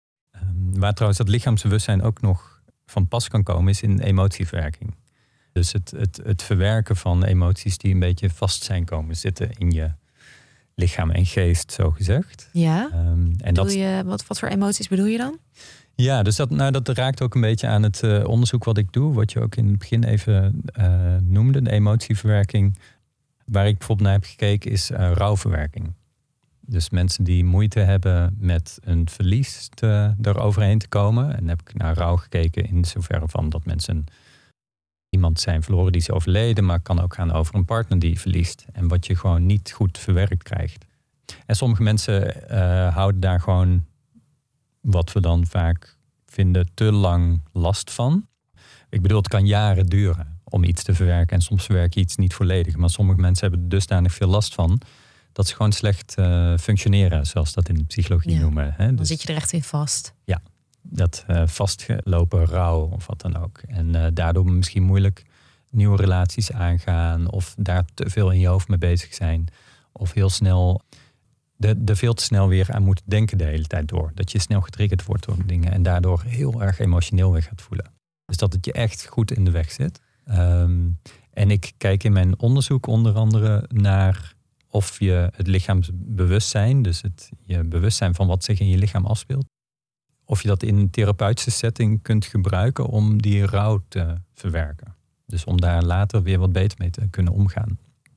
Waar trouwens dat lichaamsbewustzijn ook nog van pas kan komen, is in emotieverwerking. Dus het verwerken van emoties die een beetje vast zijn komen zitten in je lichaam en geest, zo gezegd. Ja, en wat voor emoties bedoel je dan? Ja, dus dat raakt ook een beetje aan het onderzoek wat ik doe. Wat je ook in het begin even noemde, de emotieverwerking. Waar ik bijvoorbeeld naar heb gekeken is rouwverwerking. Dus mensen die moeite hebben met een verlies eroverheen te komen. En dan heb ik naar rouw gekeken in zoverre van dat mensen iemand zijn verloren die is overleden. Maar het kan ook gaan over een partner die je verliest. En wat je gewoon niet goed verwerkt krijgt. En sommige mensen houden daar gewoon, wat we dan vaak vinden, te lang last van. Ik bedoel, het kan jaren duren om iets te verwerken. En soms verwerk je iets niet volledig. Maar sommige mensen hebben er dusdanig veel last van dat ze gewoon slecht functioneren, zoals dat in de psychologie noemen. Hè? Dan Dus zit je er echt in vast. Ja, dat vastgelopen rouw of wat dan ook. En daardoor misschien moeilijk nieuwe relaties aangaan of daar te veel in je hoofd mee bezig zijn. Of heel snel er veel te snel weer aan moeten denken de hele tijd door. Dat je snel getriggerd wordt door dingen en daardoor heel erg emotioneel weer gaat voelen. Dus dat het je echt goed in de weg zit. En ik kijk in mijn onderzoek onder andere naar of je het lichaamsbewustzijn, dus je bewustzijn van wat zich in je lichaam afspeelt, of je dat in een therapeutische setting kunt gebruiken om die rouw te verwerken. Dus om daar later weer wat beter mee te kunnen omgaan.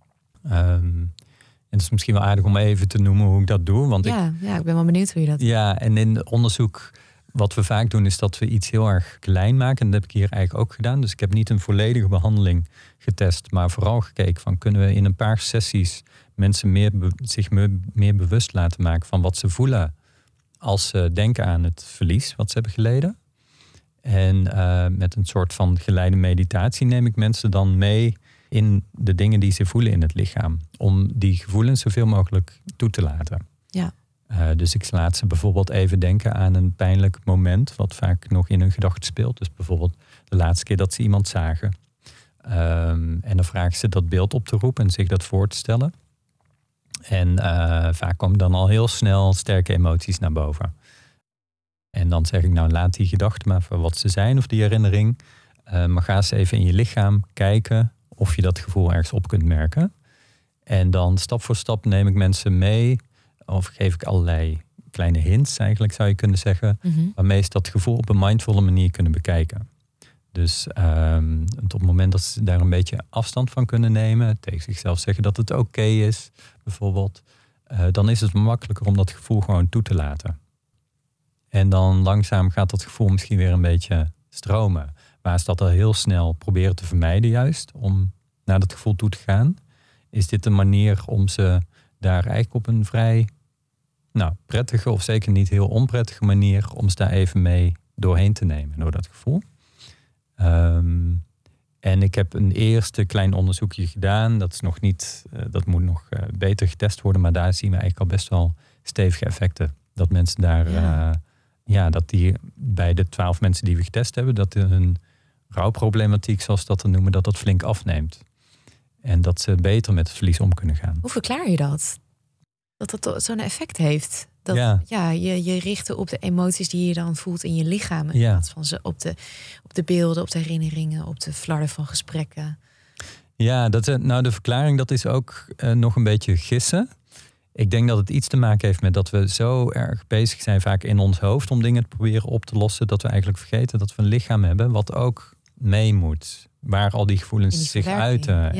En het is misschien wel aardig om even te noemen hoe ik dat doe. Want ik ben wel benieuwd hoe je dat doet. Ja, en in het onderzoek wat we vaak doen is dat we iets heel erg klein maken. En dat heb ik hier eigenlijk ook gedaan. Dus ik heb niet een volledige behandeling getest, maar vooral gekeken van kunnen we in een paar sessies mensen zich meer bewust laten maken van wat ze voelen als ze denken aan het verlies wat ze hebben geleden. En met een soort van geleide meditatie neem ik mensen dan mee in de dingen die ze voelen in het lichaam. Om die gevoelens zoveel mogelijk toe te laten. Ja. Dus ik laat ze bijvoorbeeld even denken aan een pijnlijk moment wat vaak nog in hun gedachten speelt. Dus bijvoorbeeld de laatste keer dat ze iemand zagen. En dan vragen ze dat beeld op te roepen en zich dat voor te stellen. En vaak komen dan al heel snel sterke emoties naar boven. En dan zeg ik, nou laat die gedachten maar voor wat ze zijn of die herinnering. Maar ga eens even in je lichaam kijken of je dat gevoel ergens op kunt merken. En dan stap voor stap neem ik mensen mee. Of geef ik allerlei kleine hints eigenlijk, zou je kunnen zeggen. Waarmee ze dat gevoel op een mindvolle manier kunnen bekijken. Dus op het moment dat ze daar een beetje afstand van kunnen nemen. Tegen zichzelf zeggen dat het oké is, bijvoorbeeld. Dan is het makkelijker om dat gevoel gewoon toe te laten. En dan langzaam gaat dat gevoel misschien weer een beetje stromen. Maar als dat al heel snel proberen te vermijden juist, om naar dat gevoel toe te gaan, is dit een manier om ze daar eigenlijk op een vrij prettige of zeker niet heel onprettige manier om ze daar even mee doorheen te nemen, door dat gevoel. En ik heb een eerste klein onderzoekje gedaan. Dat is nog niet, dat moet nog beter getest worden, maar daar zien we eigenlijk al best wel stevige effecten. Dat mensen daar, dat die bij de 12 mensen die we getest hebben, dat hun rouwproblematiek, zoals ze dat dan noemen, dat flink afneemt. En dat ze beter met het verlies om kunnen gaan. Hoe verklaar je dat? Dat zo'n effect heeft? Dat, je richten op de emoties die je dan voelt in je lichaam. In plaats van ze op de beelden, op de herinneringen, op de flarden van gesprekken. Ja, de verklaring, dat is ook nog een beetje gissen. Ik denk dat het iets te maken heeft met dat we zo erg bezig zijn vaak in ons hoofd om dingen te proberen op te lossen, dat we eigenlijk vergeten dat we een lichaam hebben wat ook mee moet. Waar al die gevoelens zich uiten.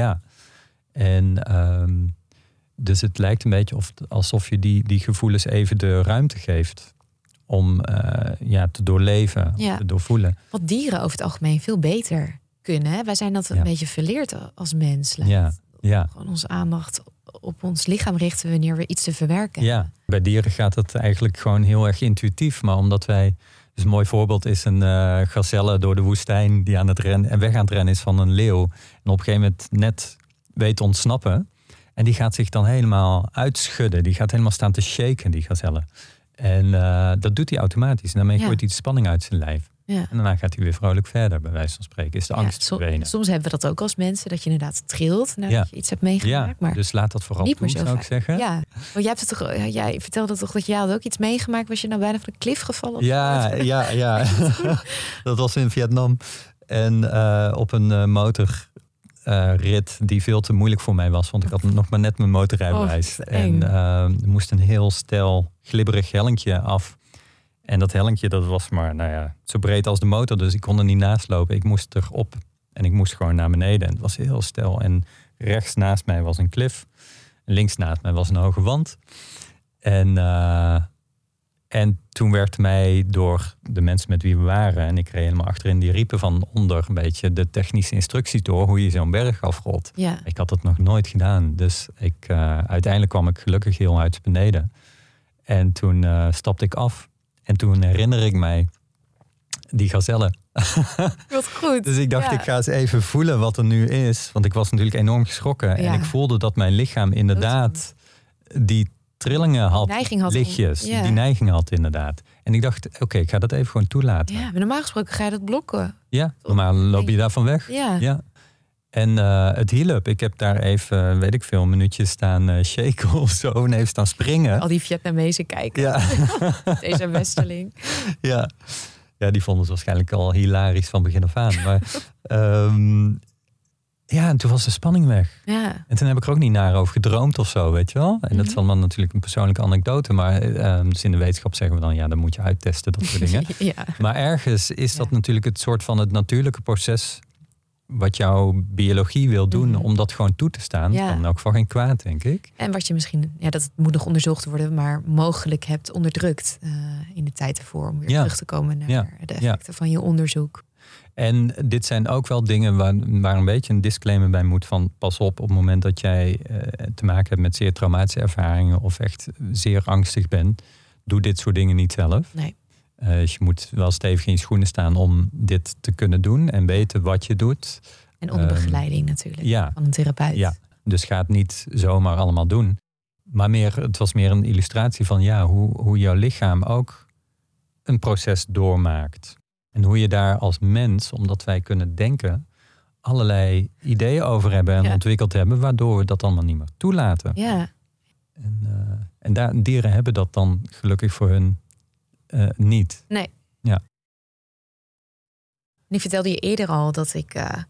Dus het lijkt een beetje alsof je die gevoelens even de ruimte geeft om te doorleven, te doorvoelen. Wat dieren over het algemeen veel beter kunnen. Hè? Wij zijn dat een beetje verleerd als mens. Gewoon onze aandacht op ons lichaam richten wanneer we iets te verwerken hebben. Bij dieren gaat het eigenlijk gewoon heel erg intuïtief. Maar omdat wij... Dus een mooi voorbeeld is een gazelle door de woestijn die aan het rennen en weg aan het rennen is van een leeuw. En op een gegeven moment net weet te ontsnappen. En die gaat zich dan helemaal uitschudden. Die gaat helemaal staan te shaken, die gazelle. En dat doet hij automatisch. En daarmee gooit hij de spanning uit zijn lijf. Ja. En daarna gaat hij weer vrolijk verder, bij wijze van spreken. Is de angst verdwenen. Soms hebben we dat ook als mensen, dat je inderdaad trilt nadat je iets hebt meegemaakt. Maar dus laat dat vooral toe, zou ik zeggen. Ja, want jij vertelde toch dat jij had ook iets meegemaakt. Was je nou bijna van de klif gevallen? Ja. Dat was in Vietnam. En op een motorrit die veel te moeilijk voor mij was. Want ik had nog maar net mijn motorrijbewijs. En er moest een heel stel glibberig hellinkje af. En dat hellinkje, dat was maar zo breed als de motor. Dus ik kon er niet naast lopen. Ik moest erop en ik moest gewoon naar beneden. En het was heel steil. En rechts naast mij was een klif. En links naast mij was een hoge wand. En toen werd mij door de mensen met wie we waren... en ik reed helemaal achterin, die riepen van onder een beetje de technische instructies door... hoe je zo'n berg afrolt. Ja. Ik had dat nog nooit gedaan. Dus uiteindelijk kwam ik gelukkig heel uit beneden. En toen stapte ik af. En toen herinner ik mij die gazelle. Wat goed. Dus ik dacht, ik ga eens even voelen wat er nu is. Want ik was natuurlijk enorm geschrokken. Ja. En ik voelde dat mijn lichaam inderdaad die trillingen had. Lichtjes. Die neiging had inderdaad. En ik dacht, oké, ik ga dat even gewoon toelaten. Ja, maar normaal gesproken ga je dat blokken. Ja, normaal loop je daarvan weg. Ja. En het hielp. Ik heb daar even, weet ik veel, minuutjes staan shaken of zo. En even staan springen. Al die Vietnamezen kijken. Ja. Deze westerling. Ja, die vonden ze waarschijnlijk al hilarisch van begin af aan. Maar en toen was de spanning weg. Ja. En toen heb ik er ook niet naar over gedroomd of zo, weet je wel. En dat is allemaal natuurlijk een persoonlijke anekdote. Maar dus in de wetenschap zeggen we dan, dan moet je uittesten, dat soort dingen. Maar ergens is dat natuurlijk het soort van het natuurlijke proces... wat jouw biologie wil doen om dat gewoon toe te staan. Kan in elk geval geen kwaad, denk ik. En wat je misschien, dat moet nog onderzocht worden... maar mogelijk hebt onderdrukt in de tijd ervoor... om weer terug te komen naar de effecten van je onderzoek. En dit zijn ook wel dingen waar een beetje een disclaimer bij moet... van pas op het moment dat jij te maken hebt met zeer traumatische ervaringen... of echt zeer angstig bent, doe dit soort dingen niet zelf. Nee. Dus je moet wel stevig in je schoenen staan om dit te kunnen doen en weten wat je doet. En onder begeleiding natuurlijk van een therapeut. Ja, dus ga het niet zomaar allemaal doen. Maar het was meer een illustratie van hoe jouw lichaam ook een proces doormaakt. En hoe je daar als mens, omdat wij kunnen denken, allerlei ideeën over hebben en ontwikkeld hebben, waardoor we dat allemaal niet meer toelaten. Ja. En dieren hebben dat dan gelukkig voor hun niet. Nee. Ja. Nu vertelde je eerder al dat ik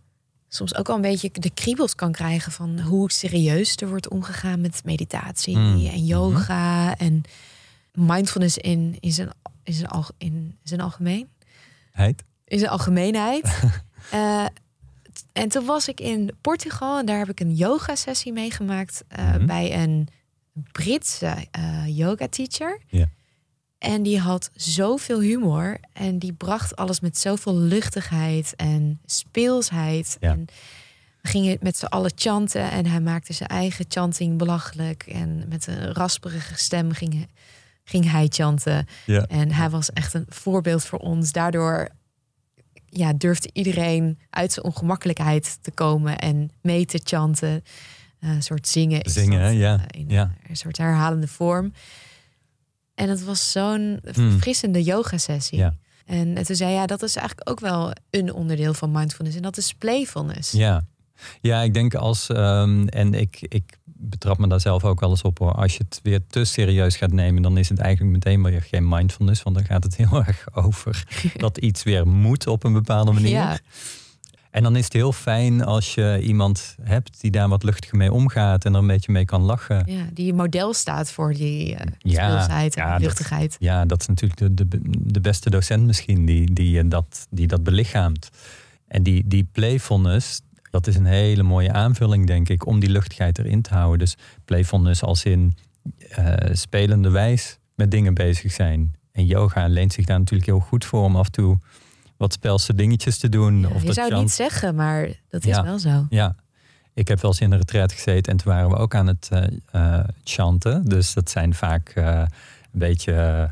soms ook wel een beetje de kriebels kan krijgen van hoe serieus er wordt omgegaan met meditatie en yoga en mindfulness in zijn algemeenheid. En toen was ik in Portugal en daar heb ik een yoga sessie meegemaakt bij een Britse yoga teacher. Ja. En die had zoveel humor en die bracht alles met zoveel luchtigheid en speelsheid. Ja. En we gingen met z'n allen chanten en hij maakte zijn eigen chanting belachelijk. En met een rasperige stem ging hij chanten. Ja. En hij was echt een voorbeeld voor ons. Daardoor durfde iedereen uit zijn ongemakkelijkheid te komen en mee te chanten. Een soort zingen. Een soort herhalende vorm. En het was zo'n verfrissende yoga-sessie. Ja. En toen zei dat is eigenlijk ook wel een onderdeel van mindfulness. En dat is playfulness. Ja, ik denk en ik betrap me daar zelf ook wel eens op hoor. Als je het weer te serieus gaat nemen, dan is het eigenlijk meteen weer geen mindfulness. Want dan gaat het heel erg over dat iets weer moet op een bepaalde manier. Ja. En dan is het heel fijn als je iemand hebt die daar wat luchtiger mee omgaat en er een beetje mee kan lachen. Ja, die model staat voor die speelsheid en luchtigheid. Dat is natuurlijk de beste docent misschien die dat belichaamt. En die playfulness, dat is een hele mooie aanvulling denk ik om die luchtigheid erin te houden. Dus playfulness als in spelende wijs met dingen bezig zijn. En yoga leent zich daar natuurlijk heel goed voor om af en toe wat spelse dingetjes te doen. Ja, of je zou het niet zeggen, maar dat is wel zo. Ja, ik heb wel eens in een retreat gezeten en toen waren we ook aan het chanten. Dus dat zijn vaak een beetje,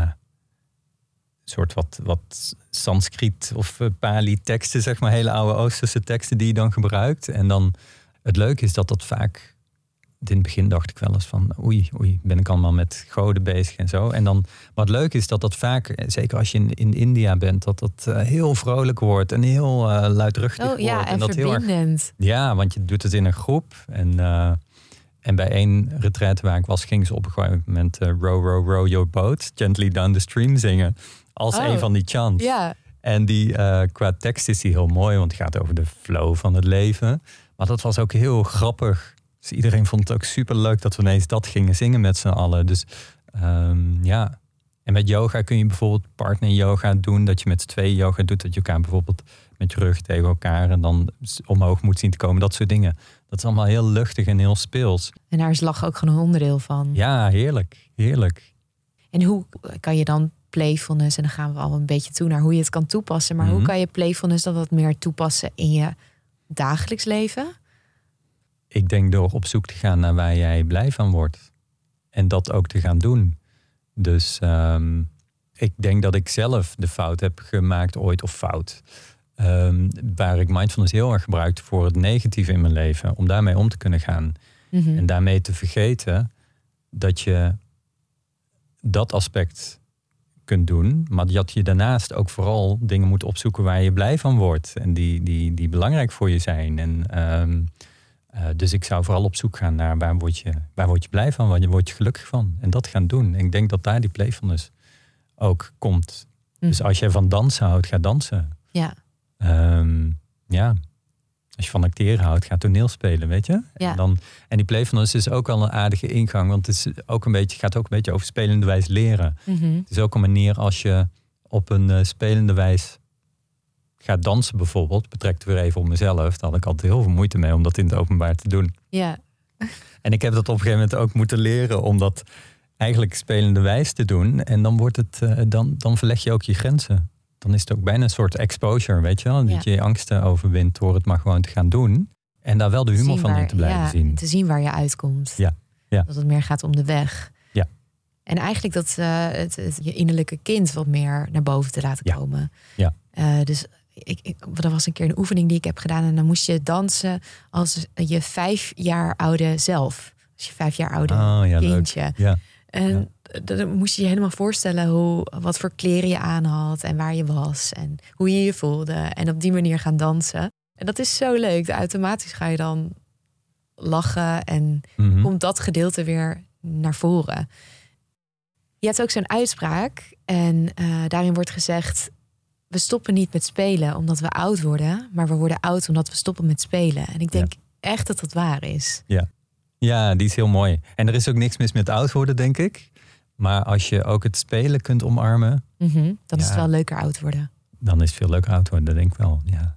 soort wat Sanskriet of Pali teksten, zeg maar, hele oude Oosterse teksten die je dan gebruikt. En dan, het leuke is dat vaak, in het begin dacht ik wel eens van oei, ben ik allemaal met goden bezig en zo. En dan, wat leuk is dat vaak, zeker als je in India bent, dat heel vrolijk wordt en heel luidruchtig wordt. En dat verbindend. Heel erg, want je doet het in een groep. En bij één retreat waar ik was, ging ze op een gegeven moment row your boat, gently down the stream zingen. Als een van die chants. Ja. En die qua tekst is die heel mooi, want het gaat over de flow van het leven. Maar dat was ook heel grappig. Dus iedereen vond het ook super leuk dat we ineens dat gingen zingen met z'n allen. Dus En met yoga kun je bijvoorbeeld partner yoga doen. Dat je met z'n tweeën yoga doet. Dat je elkaar bijvoorbeeld met je rug tegen elkaar en dan omhoog moet zien te komen. Dat soort dingen. Dat is allemaal heel luchtig en heel speels. En daar is lachen ook gewoon een onderdeel van. Ja, heerlijk. Heerlijk. En hoe kan je dan playfulness, en dan gaan we al een beetje toe naar hoe je het kan toepassen. Maar hoe kan je playfulness dan wat meer toepassen in je dagelijks leven? Ik denk door op zoek te gaan naar waar jij blij van wordt. En dat ook te gaan doen. Dus ik denk dat ik zelf de fout heb gemaakt ooit, of fout. Waar ik mindfulness heel erg gebruikte voor het negatieve in mijn leven. Om daarmee om te kunnen gaan. Mm-hmm. En daarmee te vergeten dat je dat aspect kunt doen. Maar dat je daarnaast ook vooral dingen moet opzoeken waar je blij van wordt. En die belangrijk voor je zijn. En dus ik zou vooral op zoek gaan naar waar word je blij van, waar word je gelukkig van. En dat gaan doen. En ik denk dat daar die playfulness ook komt. Dus als je van dansen houdt, ga dansen. Ja. Als je van acteren houdt, ga toneel spelen, weet je? Ja. En die playfulness is ook al een aardige ingang. Want het is ook gaat ook een beetje over spelende wijs leren. Mm-hmm. Het is ook een manier als je op een spelende wijs gaat dansen bijvoorbeeld. Betrek het weer even op mezelf. Daar had ik altijd heel veel moeite mee om dat in het openbaar te doen. Ja. En ik heb dat op een gegeven moment ook moeten leren om dat eigenlijk spelende wijs te doen. En dan wordt het, dan verleg je ook je grenzen. Dan is het ook bijna een soort exposure, weet je wel? Dat je angsten overwint door het maar gewoon te gaan doen. En daar wel de humor van in te blijven zien. En te zien waar je uitkomt. Ja. Dat het meer gaat om de weg. Ja. En eigenlijk dat je innerlijke kind wat meer naar boven te laten komen. Ja. Dus er was een keer een oefening die ik heb gedaan. En dan moest je dansen als je 5 jaar oude zelf. Als je 5 jaar oude kindje. Leuk. Ja. En dan moest je je helemaal voorstellen wat voor kleren je aan had en waar je was en hoe je je voelde. En op die manier gaan dansen. En dat is zo leuk. Automatisch ga je dan lachen en komt dat gedeelte weer naar voren. Je hebt ook zo'n uitspraak en daarin wordt gezegd: we stoppen niet met spelen omdat we oud worden, maar we worden oud omdat we stoppen met spelen. En ik denk echt dat dat waar is. Ja, die is heel mooi. En er is ook niks mis met oud worden, denk ik. Maar als je ook het spelen kunt omarmen, Dan is het wel leuker oud worden. Dan is het veel leuker oud worden, denk ik wel. Ja.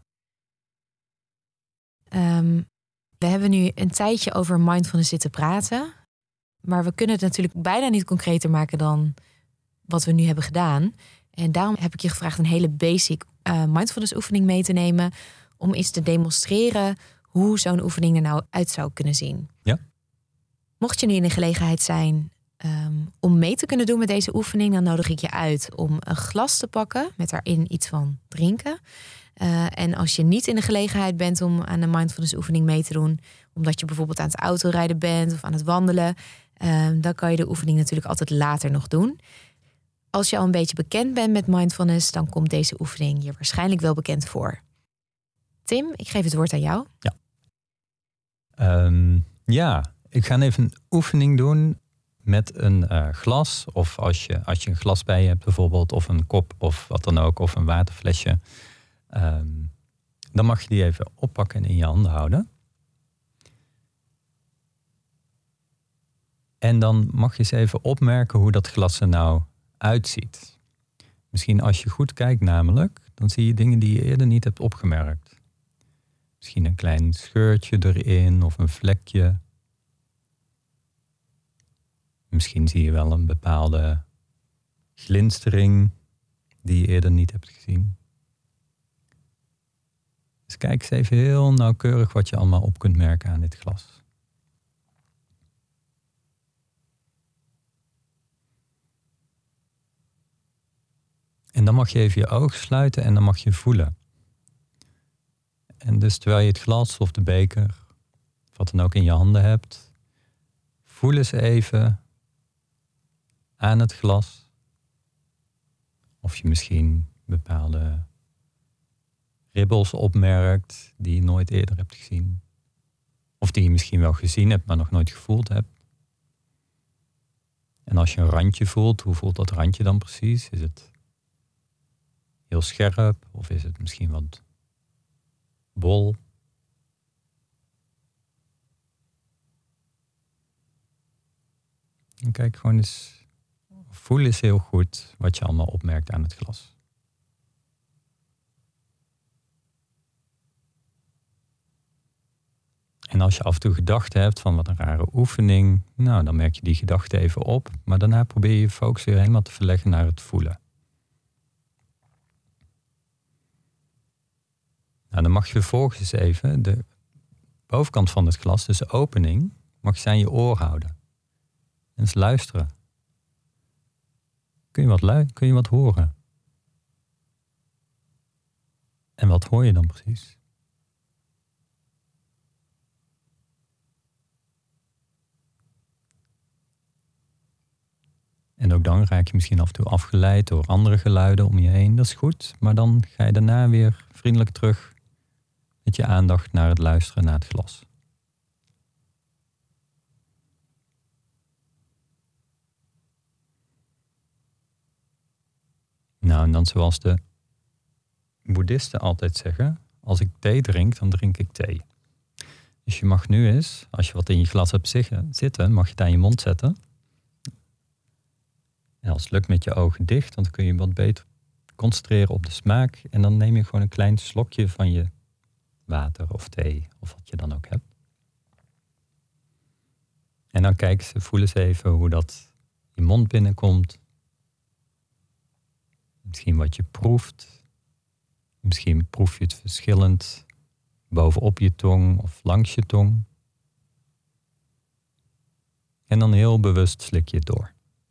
We hebben nu een tijdje over mindfulness zitten praten. Maar we kunnen het natuurlijk bijna niet concreter maken dan wat we nu hebben gedaan. En daarom heb ik je gevraagd een hele basic mindfulness oefening mee te nemen. Om eens te demonstreren hoe zo'n oefening er nou uit zou kunnen zien. Ja. Mocht je nu in de gelegenheid zijn om mee te kunnen doen met deze oefening, dan nodig ik je uit om een glas te pakken met daarin iets van drinken. En als je niet in de gelegenheid bent om aan een mindfulness oefening mee te doen, omdat je bijvoorbeeld aan het autorijden bent of aan het wandelen, dan kan je de oefening natuurlijk altijd later nog doen. Als je al een beetje bekend bent met mindfulness, dan komt deze oefening je waarschijnlijk wel bekend voor. Tim, ik geef het woord aan jou. Ja, ik ga even een oefening doen met een glas. Of als je een glas bij je hebt bijvoorbeeld, of een kop of wat dan ook, of een waterflesje. Dan mag je die even oppakken en in je handen houden. En dan mag je eens even opmerken hoe dat glas er nou uitziet. Misschien als je goed kijkt namelijk, dan zie je dingen die je eerder niet hebt opgemerkt. Misschien een klein scheurtje erin of een vlekje. Misschien zie je wel een bepaalde glinstering die je eerder niet hebt gezien. Dus kijk eens even heel nauwkeurig wat je allemaal op kunt merken aan dit glas. En dan mag je even je ogen sluiten en dan mag je voelen. En dus terwijl je het glas of de beker, wat dan ook in je handen hebt, voel eens even aan het glas. Of je misschien bepaalde ribbels opmerkt die je nooit eerder hebt gezien. Of die je misschien wel gezien hebt, maar nog nooit gevoeld hebt. En als je een randje voelt, hoe voelt dat randje dan precies? Is het heel scherp of is het misschien wat bol? En kijk gewoon eens, voel eens heel goed wat je allemaal opmerkt aan het glas. En als je af en toe gedachten hebt van wat een rare oefening, nou dan merk je die gedachte even op, maar daarna probeer je je focus weer helemaal te verleggen naar het voelen. Nou, dan mag je vervolgens eens even de bovenkant van het glas, dus de opening, mag je aan je oor houden. En eens luisteren. Kun je wat horen? En wat hoor je dan precies? En ook dan raak je misschien af en toe afgeleid door andere geluiden om je heen. Dat is goed, maar dan ga je daarna weer vriendelijk terug met je aandacht naar het luisteren naar het glas. Nou, en dan zoals de boeddhisten altijd zeggen, als ik thee drink, dan drink ik thee. Dus je mag nu eens, als je wat in je glas hebt zitten, mag je het aan je mond zetten. En als het lukt met je ogen dicht, dan kun je wat beter concentreren op de smaak. En dan neem je gewoon een klein slokje van je water of thee, of wat je dan ook hebt. En dan voel eens even hoe dat je mond binnenkomt. Misschien wat je proeft. Misschien proef je het verschillend bovenop je tong of langs je tong. En dan heel bewust slik je het door.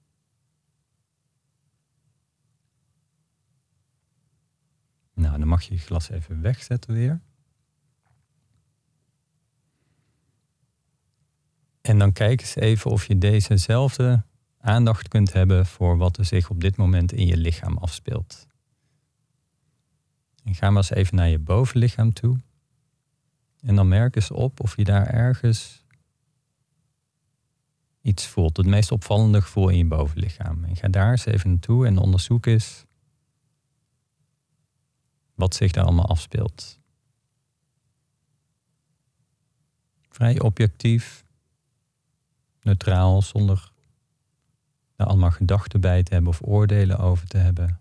Nou, dan mag je je glas even wegzetten weer. En dan kijk eens even of je dezezelfde aandacht kunt hebben voor wat er zich op dit moment in je lichaam afspeelt. En ga maar eens even naar je bovenlichaam toe. En dan merk eens op of je daar ergens iets voelt. Het meest opvallende gevoel in je bovenlichaam. En ga daar eens even naartoe en onderzoek eens wat zich daar allemaal afspeelt. Vrij objectief, neutraal, zonder daar allemaal gedachten bij te hebben of oordelen over te hebben.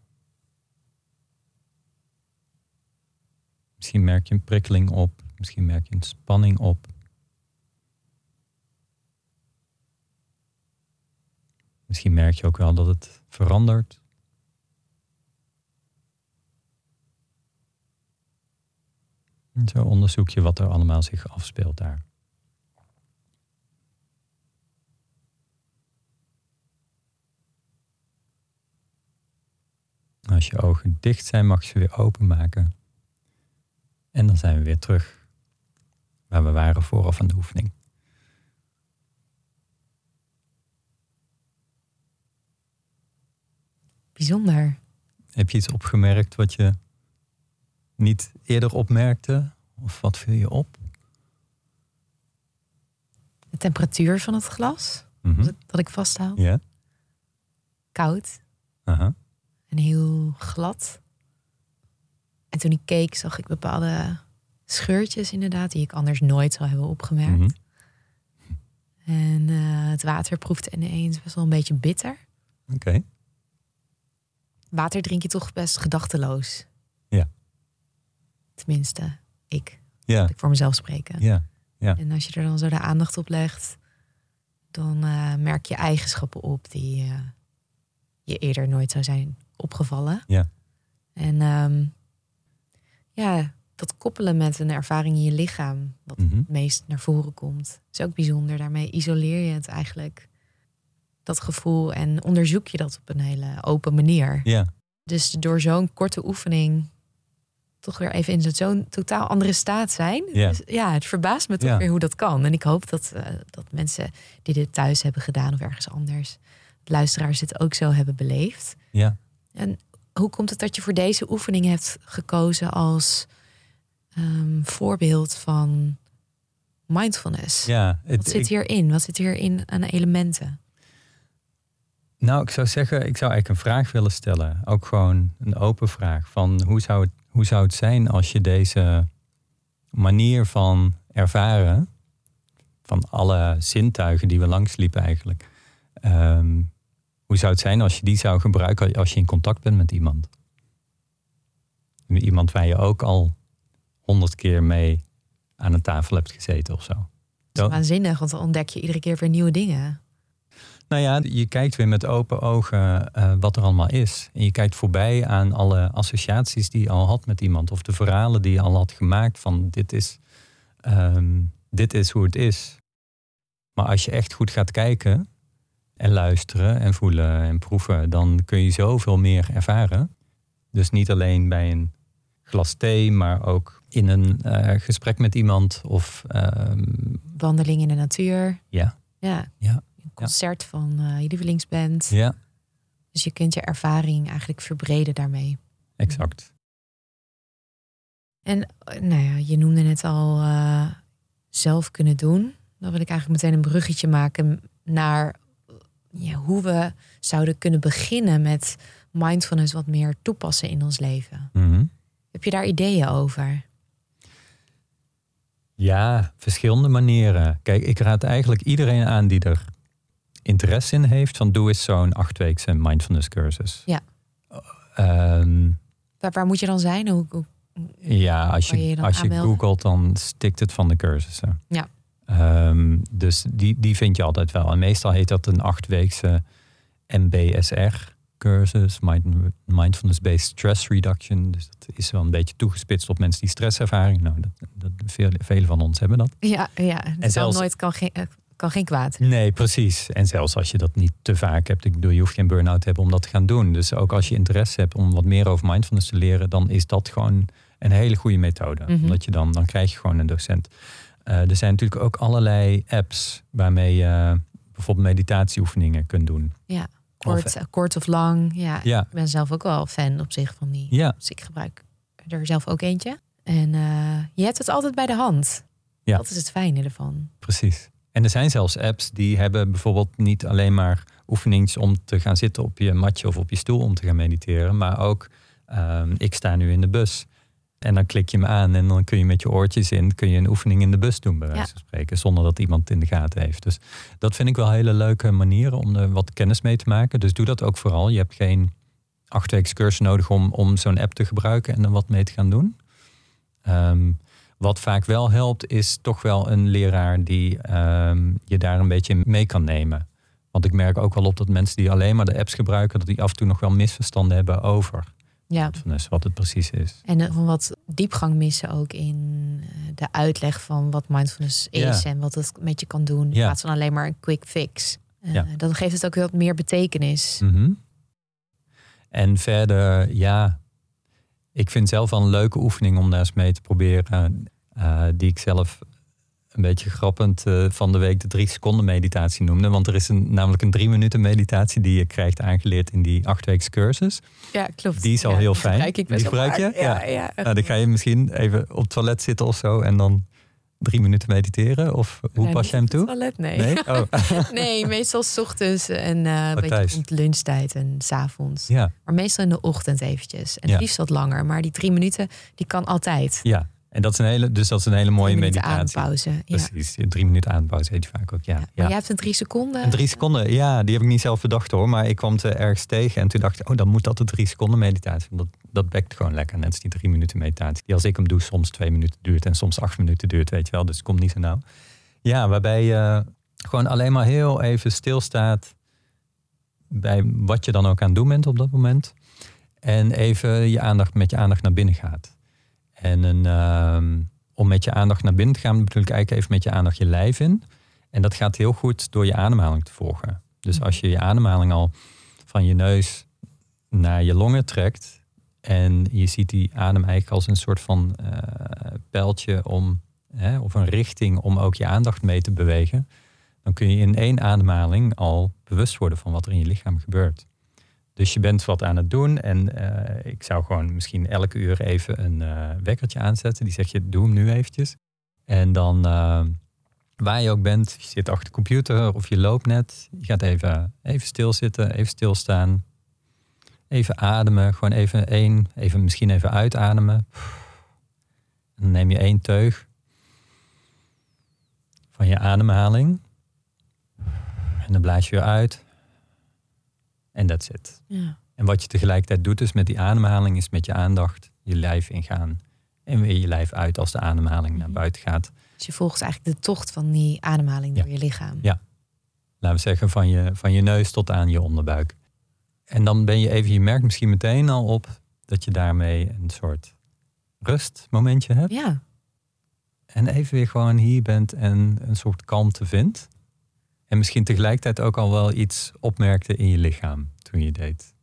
Misschien merk je een prikkeling op, misschien merk je een spanning op. Misschien merk je ook wel dat het verandert. En zo onderzoek je wat er allemaal zich afspeelt daar. Als je ogen dicht zijn, mag je ze weer openmaken. En dan zijn we weer terug waar we waren vooraf aan de oefening. Bijzonder. Heb je iets opgemerkt wat je niet eerder opmerkte? Of wat viel je op? De temperatuur van het glas, dat ik vasthoud. Ja. Koud. Aha. En heel glad. En toen ik keek, zag ik bepaalde scheurtjes inderdaad, die ik anders nooit zou hebben opgemerkt. Mhm. En het water proefde ineens best wel een beetje bitter. Oké. Water drink je toch best gedachteloos. Ja. Tenminste, ik. Ja. Laat ik voor mezelf spreken. Ja. Ja. En als je er dan zo de aandacht op legt, dan merk je eigenschappen op die je eerder nooit zou zijn opgevallen. Ja. En dat koppelen met een ervaring in je lichaam, wat het meest naar voren komt, is ook bijzonder. Daarmee isoleer je het eigenlijk, dat gevoel, en onderzoek je dat op een hele open manier. Ja. Dus door zo'n korte oefening toch weer even in zo'n totaal andere staat zijn. Ja. Dus het verbaast me toch weer hoe dat kan. En ik hoop dat mensen die dit thuis hebben gedaan of ergens anders, luisteraars dit ook zo hebben beleefd. Ja. En hoe komt het dat je voor deze oefening hebt gekozen als voorbeeld van mindfulness? Ja, Wat zit hierin? Wat zit hierin aan elementen? Nou, ik zou eigenlijk een vraag willen stellen. Ook gewoon een open vraag. Van hoe zou het zijn als je deze manier van ervaren, van alle zintuigen die we langsliepen eigenlijk, hoe zou het zijn als je die zou gebruiken als je in contact bent met iemand? Iemand waar je ook al 100 keer mee aan een tafel hebt gezeten of zo. Dat is waanzinnig, want dan ontdek je iedere keer weer nieuwe dingen. Nou ja, je kijkt weer met open ogen wat er allemaal is. En je kijkt voorbij aan alle associaties die je al had met iemand. Of de verhalen die je al had gemaakt van dit is hoe het is. Maar als je echt goed gaat kijken en luisteren en voelen en proeven, dan kun je zoveel meer ervaren. Dus niet alleen bij een glas thee, maar ook in een gesprek met iemand of wandeling in de natuur. Ja. Een concert van je lievelingsband. Ja. Dus je kunt je ervaring eigenlijk verbreden daarmee. Exact. En je noemde net al zelf kunnen doen. Dan wil ik eigenlijk meteen een bruggetje maken naar hoe we zouden kunnen beginnen met mindfulness wat meer toepassen in ons leven. Mm-hmm. Heb je daar ideeën over? Ja, verschillende manieren. Kijk, ik raad eigenlijk iedereen aan die er interesse in heeft, van doe eens zo'n 8-weekse mindfulness cursus. Ja. Waar moet je dan zijn? Als je googelt, dan stikt het van de cursussen. Ja. Dus die vind je altijd wel. En meestal heet dat een 8-weekse MBSR-cursus, Mindfulness-Based Stress Reduction. Dus dat is wel een beetje toegespitst op mensen die stresservaring. Nou, vele van ons hebben dat. Ja. En zelfs nooit kan geen kwaad. Nee, precies. En zelfs als je dat niet te vaak hebt, ik bedoel, je hoeft geen burn-out te hebben om dat te gaan doen. Dus ook als je interesse hebt om wat meer over mindfulness te leren, dan is dat gewoon een hele goede methode. Mm-hmm. Omdat je dan krijg je gewoon een docent. Er zijn natuurlijk ook allerlei apps waarmee je bijvoorbeeld meditatieoefeningen kunt doen. Ja, kort of lang. Ja, ik ben zelf ook wel fan op zich van die. Ja. Dus ik gebruik er zelf ook eentje. En je hebt het altijd bij de hand. Ja. Dat is het fijne ervan. Precies. En er zijn zelfs apps die hebben bijvoorbeeld niet alleen maar oefeningen om te gaan zitten op je matje of op je stoel om te gaan mediteren. Maar ook, ik sta nu in de bus. En dan klik je hem aan en dan kun je met je oortjes in... kun je een oefening in de bus doen, bij wijze van spreken. Zonder dat iemand het in de gaten heeft. Dus dat vind ik wel hele leuke manieren om er wat kennis mee te maken. Dus doe dat ook vooral. Je hebt geen 8-weeks cursus nodig om zo'n app te gebruiken... en er wat mee te gaan doen. Wat vaak wel helpt, is toch wel een leraar... die je daar een beetje mee kan nemen. Want ik merk ook wel op dat mensen die alleen maar de apps gebruiken... dat die af en toe nog wel misverstanden hebben over... mindfulness, wat het precies is. En wat diepgang missen ook in de uitleg van wat mindfulness is... en wat het met je kan doen. In plaats van alleen maar een quick fix. Dan geeft het ook wat meer betekenis. Mm-hmm. En verder, ik vind zelf wel een leuke oefening om daar eens mee te proberen. Die ik zelf een beetje grappend van de week de 3 seconden meditatie noemde. Want er is namelijk een 3 minuten meditatie die je krijgt aangeleerd in die 8-weeks cursus. Ja, klopt. Die is al heel fijn. Die gebruik je? Ja. Nou, dan ga je misschien even op het toilet zitten of zo en dan 3 minuten mediteren? Of hoe pas je hem toe? Toilet, nee. Nee? Oh. Nee, meestal 's ochtends en een beetje rond lunchtijd en 's avonds. Ja. Maar meestal in de ochtend eventjes. En het liefst wat langer. Maar die 3 minuten, die kan altijd. Ja. En dat is een hele mooie meditatie. Adempauze. Precies, 3 minuten adempauze heet je vaak ook. Ja. Maar jij hebt een 3 seconden. Een 3 seconden, ja, die heb ik niet zelf bedacht hoor. Maar ik kwam er ergens tegen en toen dacht ik, dan moet dat de 3 seconden meditatie. Dat bekt gewoon lekker. Net als die 3 minuten meditatie. Die als ik hem doe soms 2 minuten duurt en soms 8 minuten duurt, weet je wel. Dus het komt niet zo nauw. Ja, waarbij je gewoon alleen maar heel even stilstaat bij wat je dan ook aan het doen bent op dat moment. En even met je aandacht naar binnen gaat. En om met je aandacht naar binnen te gaan, bedoel ik eigenlijk even met je aandacht je lijf in. En dat gaat heel goed door je ademhaling te volgen. Dus als je je ademhaling al van je neus naar je longen trekt en je ziet die adem eigenlijk als een soort van pijltje of een richting om ook je aandacht mee te bewegen, dan kun je in 1 ademhaling al bewust worden van wat er in je lichaam gebeurt. Dus je bent wat aan het doen en ik zou gewoon misschien elke uur even een wekkertje aanzetten. Die zeg je, doe hem nu eventjes. En dan waar je ook bent, je zit achter de computer of je loopt net. Je gaat even stilzitten, even stilstaan. Even ademen, gewoon misschien even uitademen. En dan neem je 1 teug van je ademhaling. En dan blaas je weer uit. En that's it. Ja. En wat je tegelijkertijd doet dus met die ademhaling is met je aandacht je lijf ingaan. En weer je lijf uit als de ademhaling naar buiten gaat. Dus je volgt eigenlijk de tocht van die ademhaling door je lichaam. Ja. Laten we zeggen van je neus tot aan je onderbuik. En dan je merkt misschien meteen al op dat je daarmee een soort rustmomentje hebt. Ja. En even weer gewoon hier bent en een soort kalmte vindt. En misschien tegelijkertijd ook al wel iets opmerkte in je lichaam toen je deed.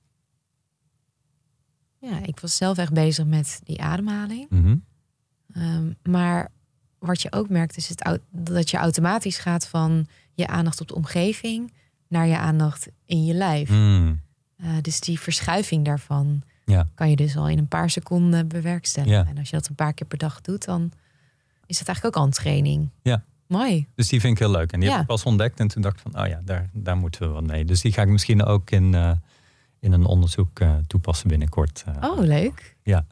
Ja, ik was zelf echt bezig met die ademhaling. Mm-hmm. Maar wat je ook merkt is dat je automatisch gaat van je aandacht op de omgeving naar je aandacht in je lijf. Dus die verschuiving daarvan kan je dus al in een paar seconden bewerkstelligen. Ja. En als je dat een paar keer per dag doet, dan is dat eigenlijk ook al een training. Ja. Mooi. Dus die vind ik heel leuk. En die heb ik pas ontdekt en toen dacht ik van, daar moeten we wat mee. Dus die ga ik misschien ook in een onderzoek toepassen binnenkort. Oh, leuk. Ja.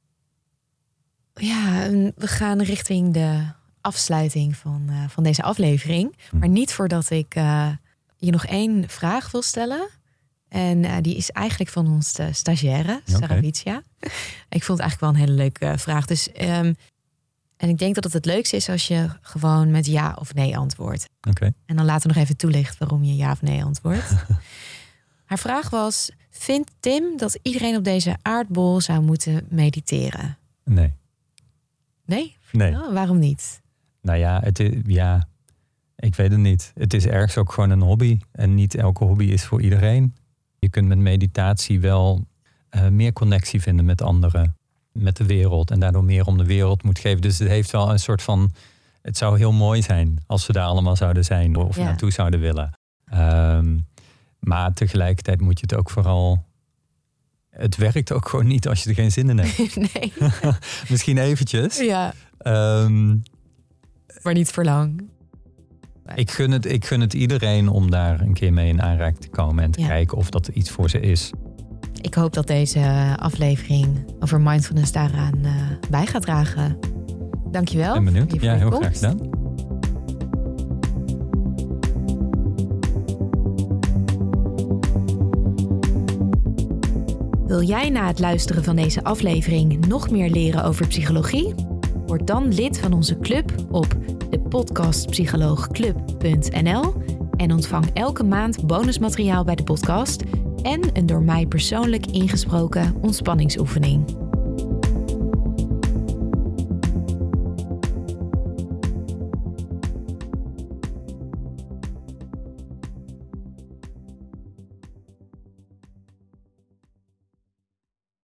Ja, we gaan richting de afsluiting van deze aflevering. Maar niet voordat ik je nog 1 vraag wil stellen. En die is eigenlijk van onze stagiaire, Sarah Witzia. Ik vond het eigenlijk wel een hele leuke vraag. Dus, en ik denk dat het leukste is als je gewoon met ja of nee antwoordt. Okay. En dan laten we nog even toelichten waarom je ja of nee antwoordt. Haar vraag was, vindt Tim dat iedereen op deze aardbol zou moeten mediteren? Nee. Nee? Nee. Oh, waarom niet? Nou ja, ik weet het niet. Het is ergens ook gewoon een hobby. En niet elke hobby is voor iedereen. Je kunt met meditatie wel meer connectie vinden met anderen. Met de wereld. En daardoor meer om de wereld moet geven. Dus het heeft wel een soort van... Het zou heel mooi zijn als we daar allemaal zouden zijn. Of naartoe zouden willen. Maar tegelijkertijd moet je het ook vooral... Het werkt ook gewoon niet als je er geen zin in hebt. Nee. Misschien eventjes. Ja. Maar niet voor lang. Ik gun het iedereen om daar een keer mee in aanraking te komen. En te kijken of dat iets voor ze is. Ik hoop dat deze aflevering over mindfulness daaraan bij gaat dragen. Dankjewel. Ben benieuwd. Ja, heel graag komst. gedaan. Wil jij na het luisteren van deze aflevering nog meer leren over psychologie? Word dan lid van onze club op depodcastpsycholoogclub.nl en ontvang elke maand bonusmateriaal bij de podcast en een door mij persoonlijk ingesproken ontspanningsoefening.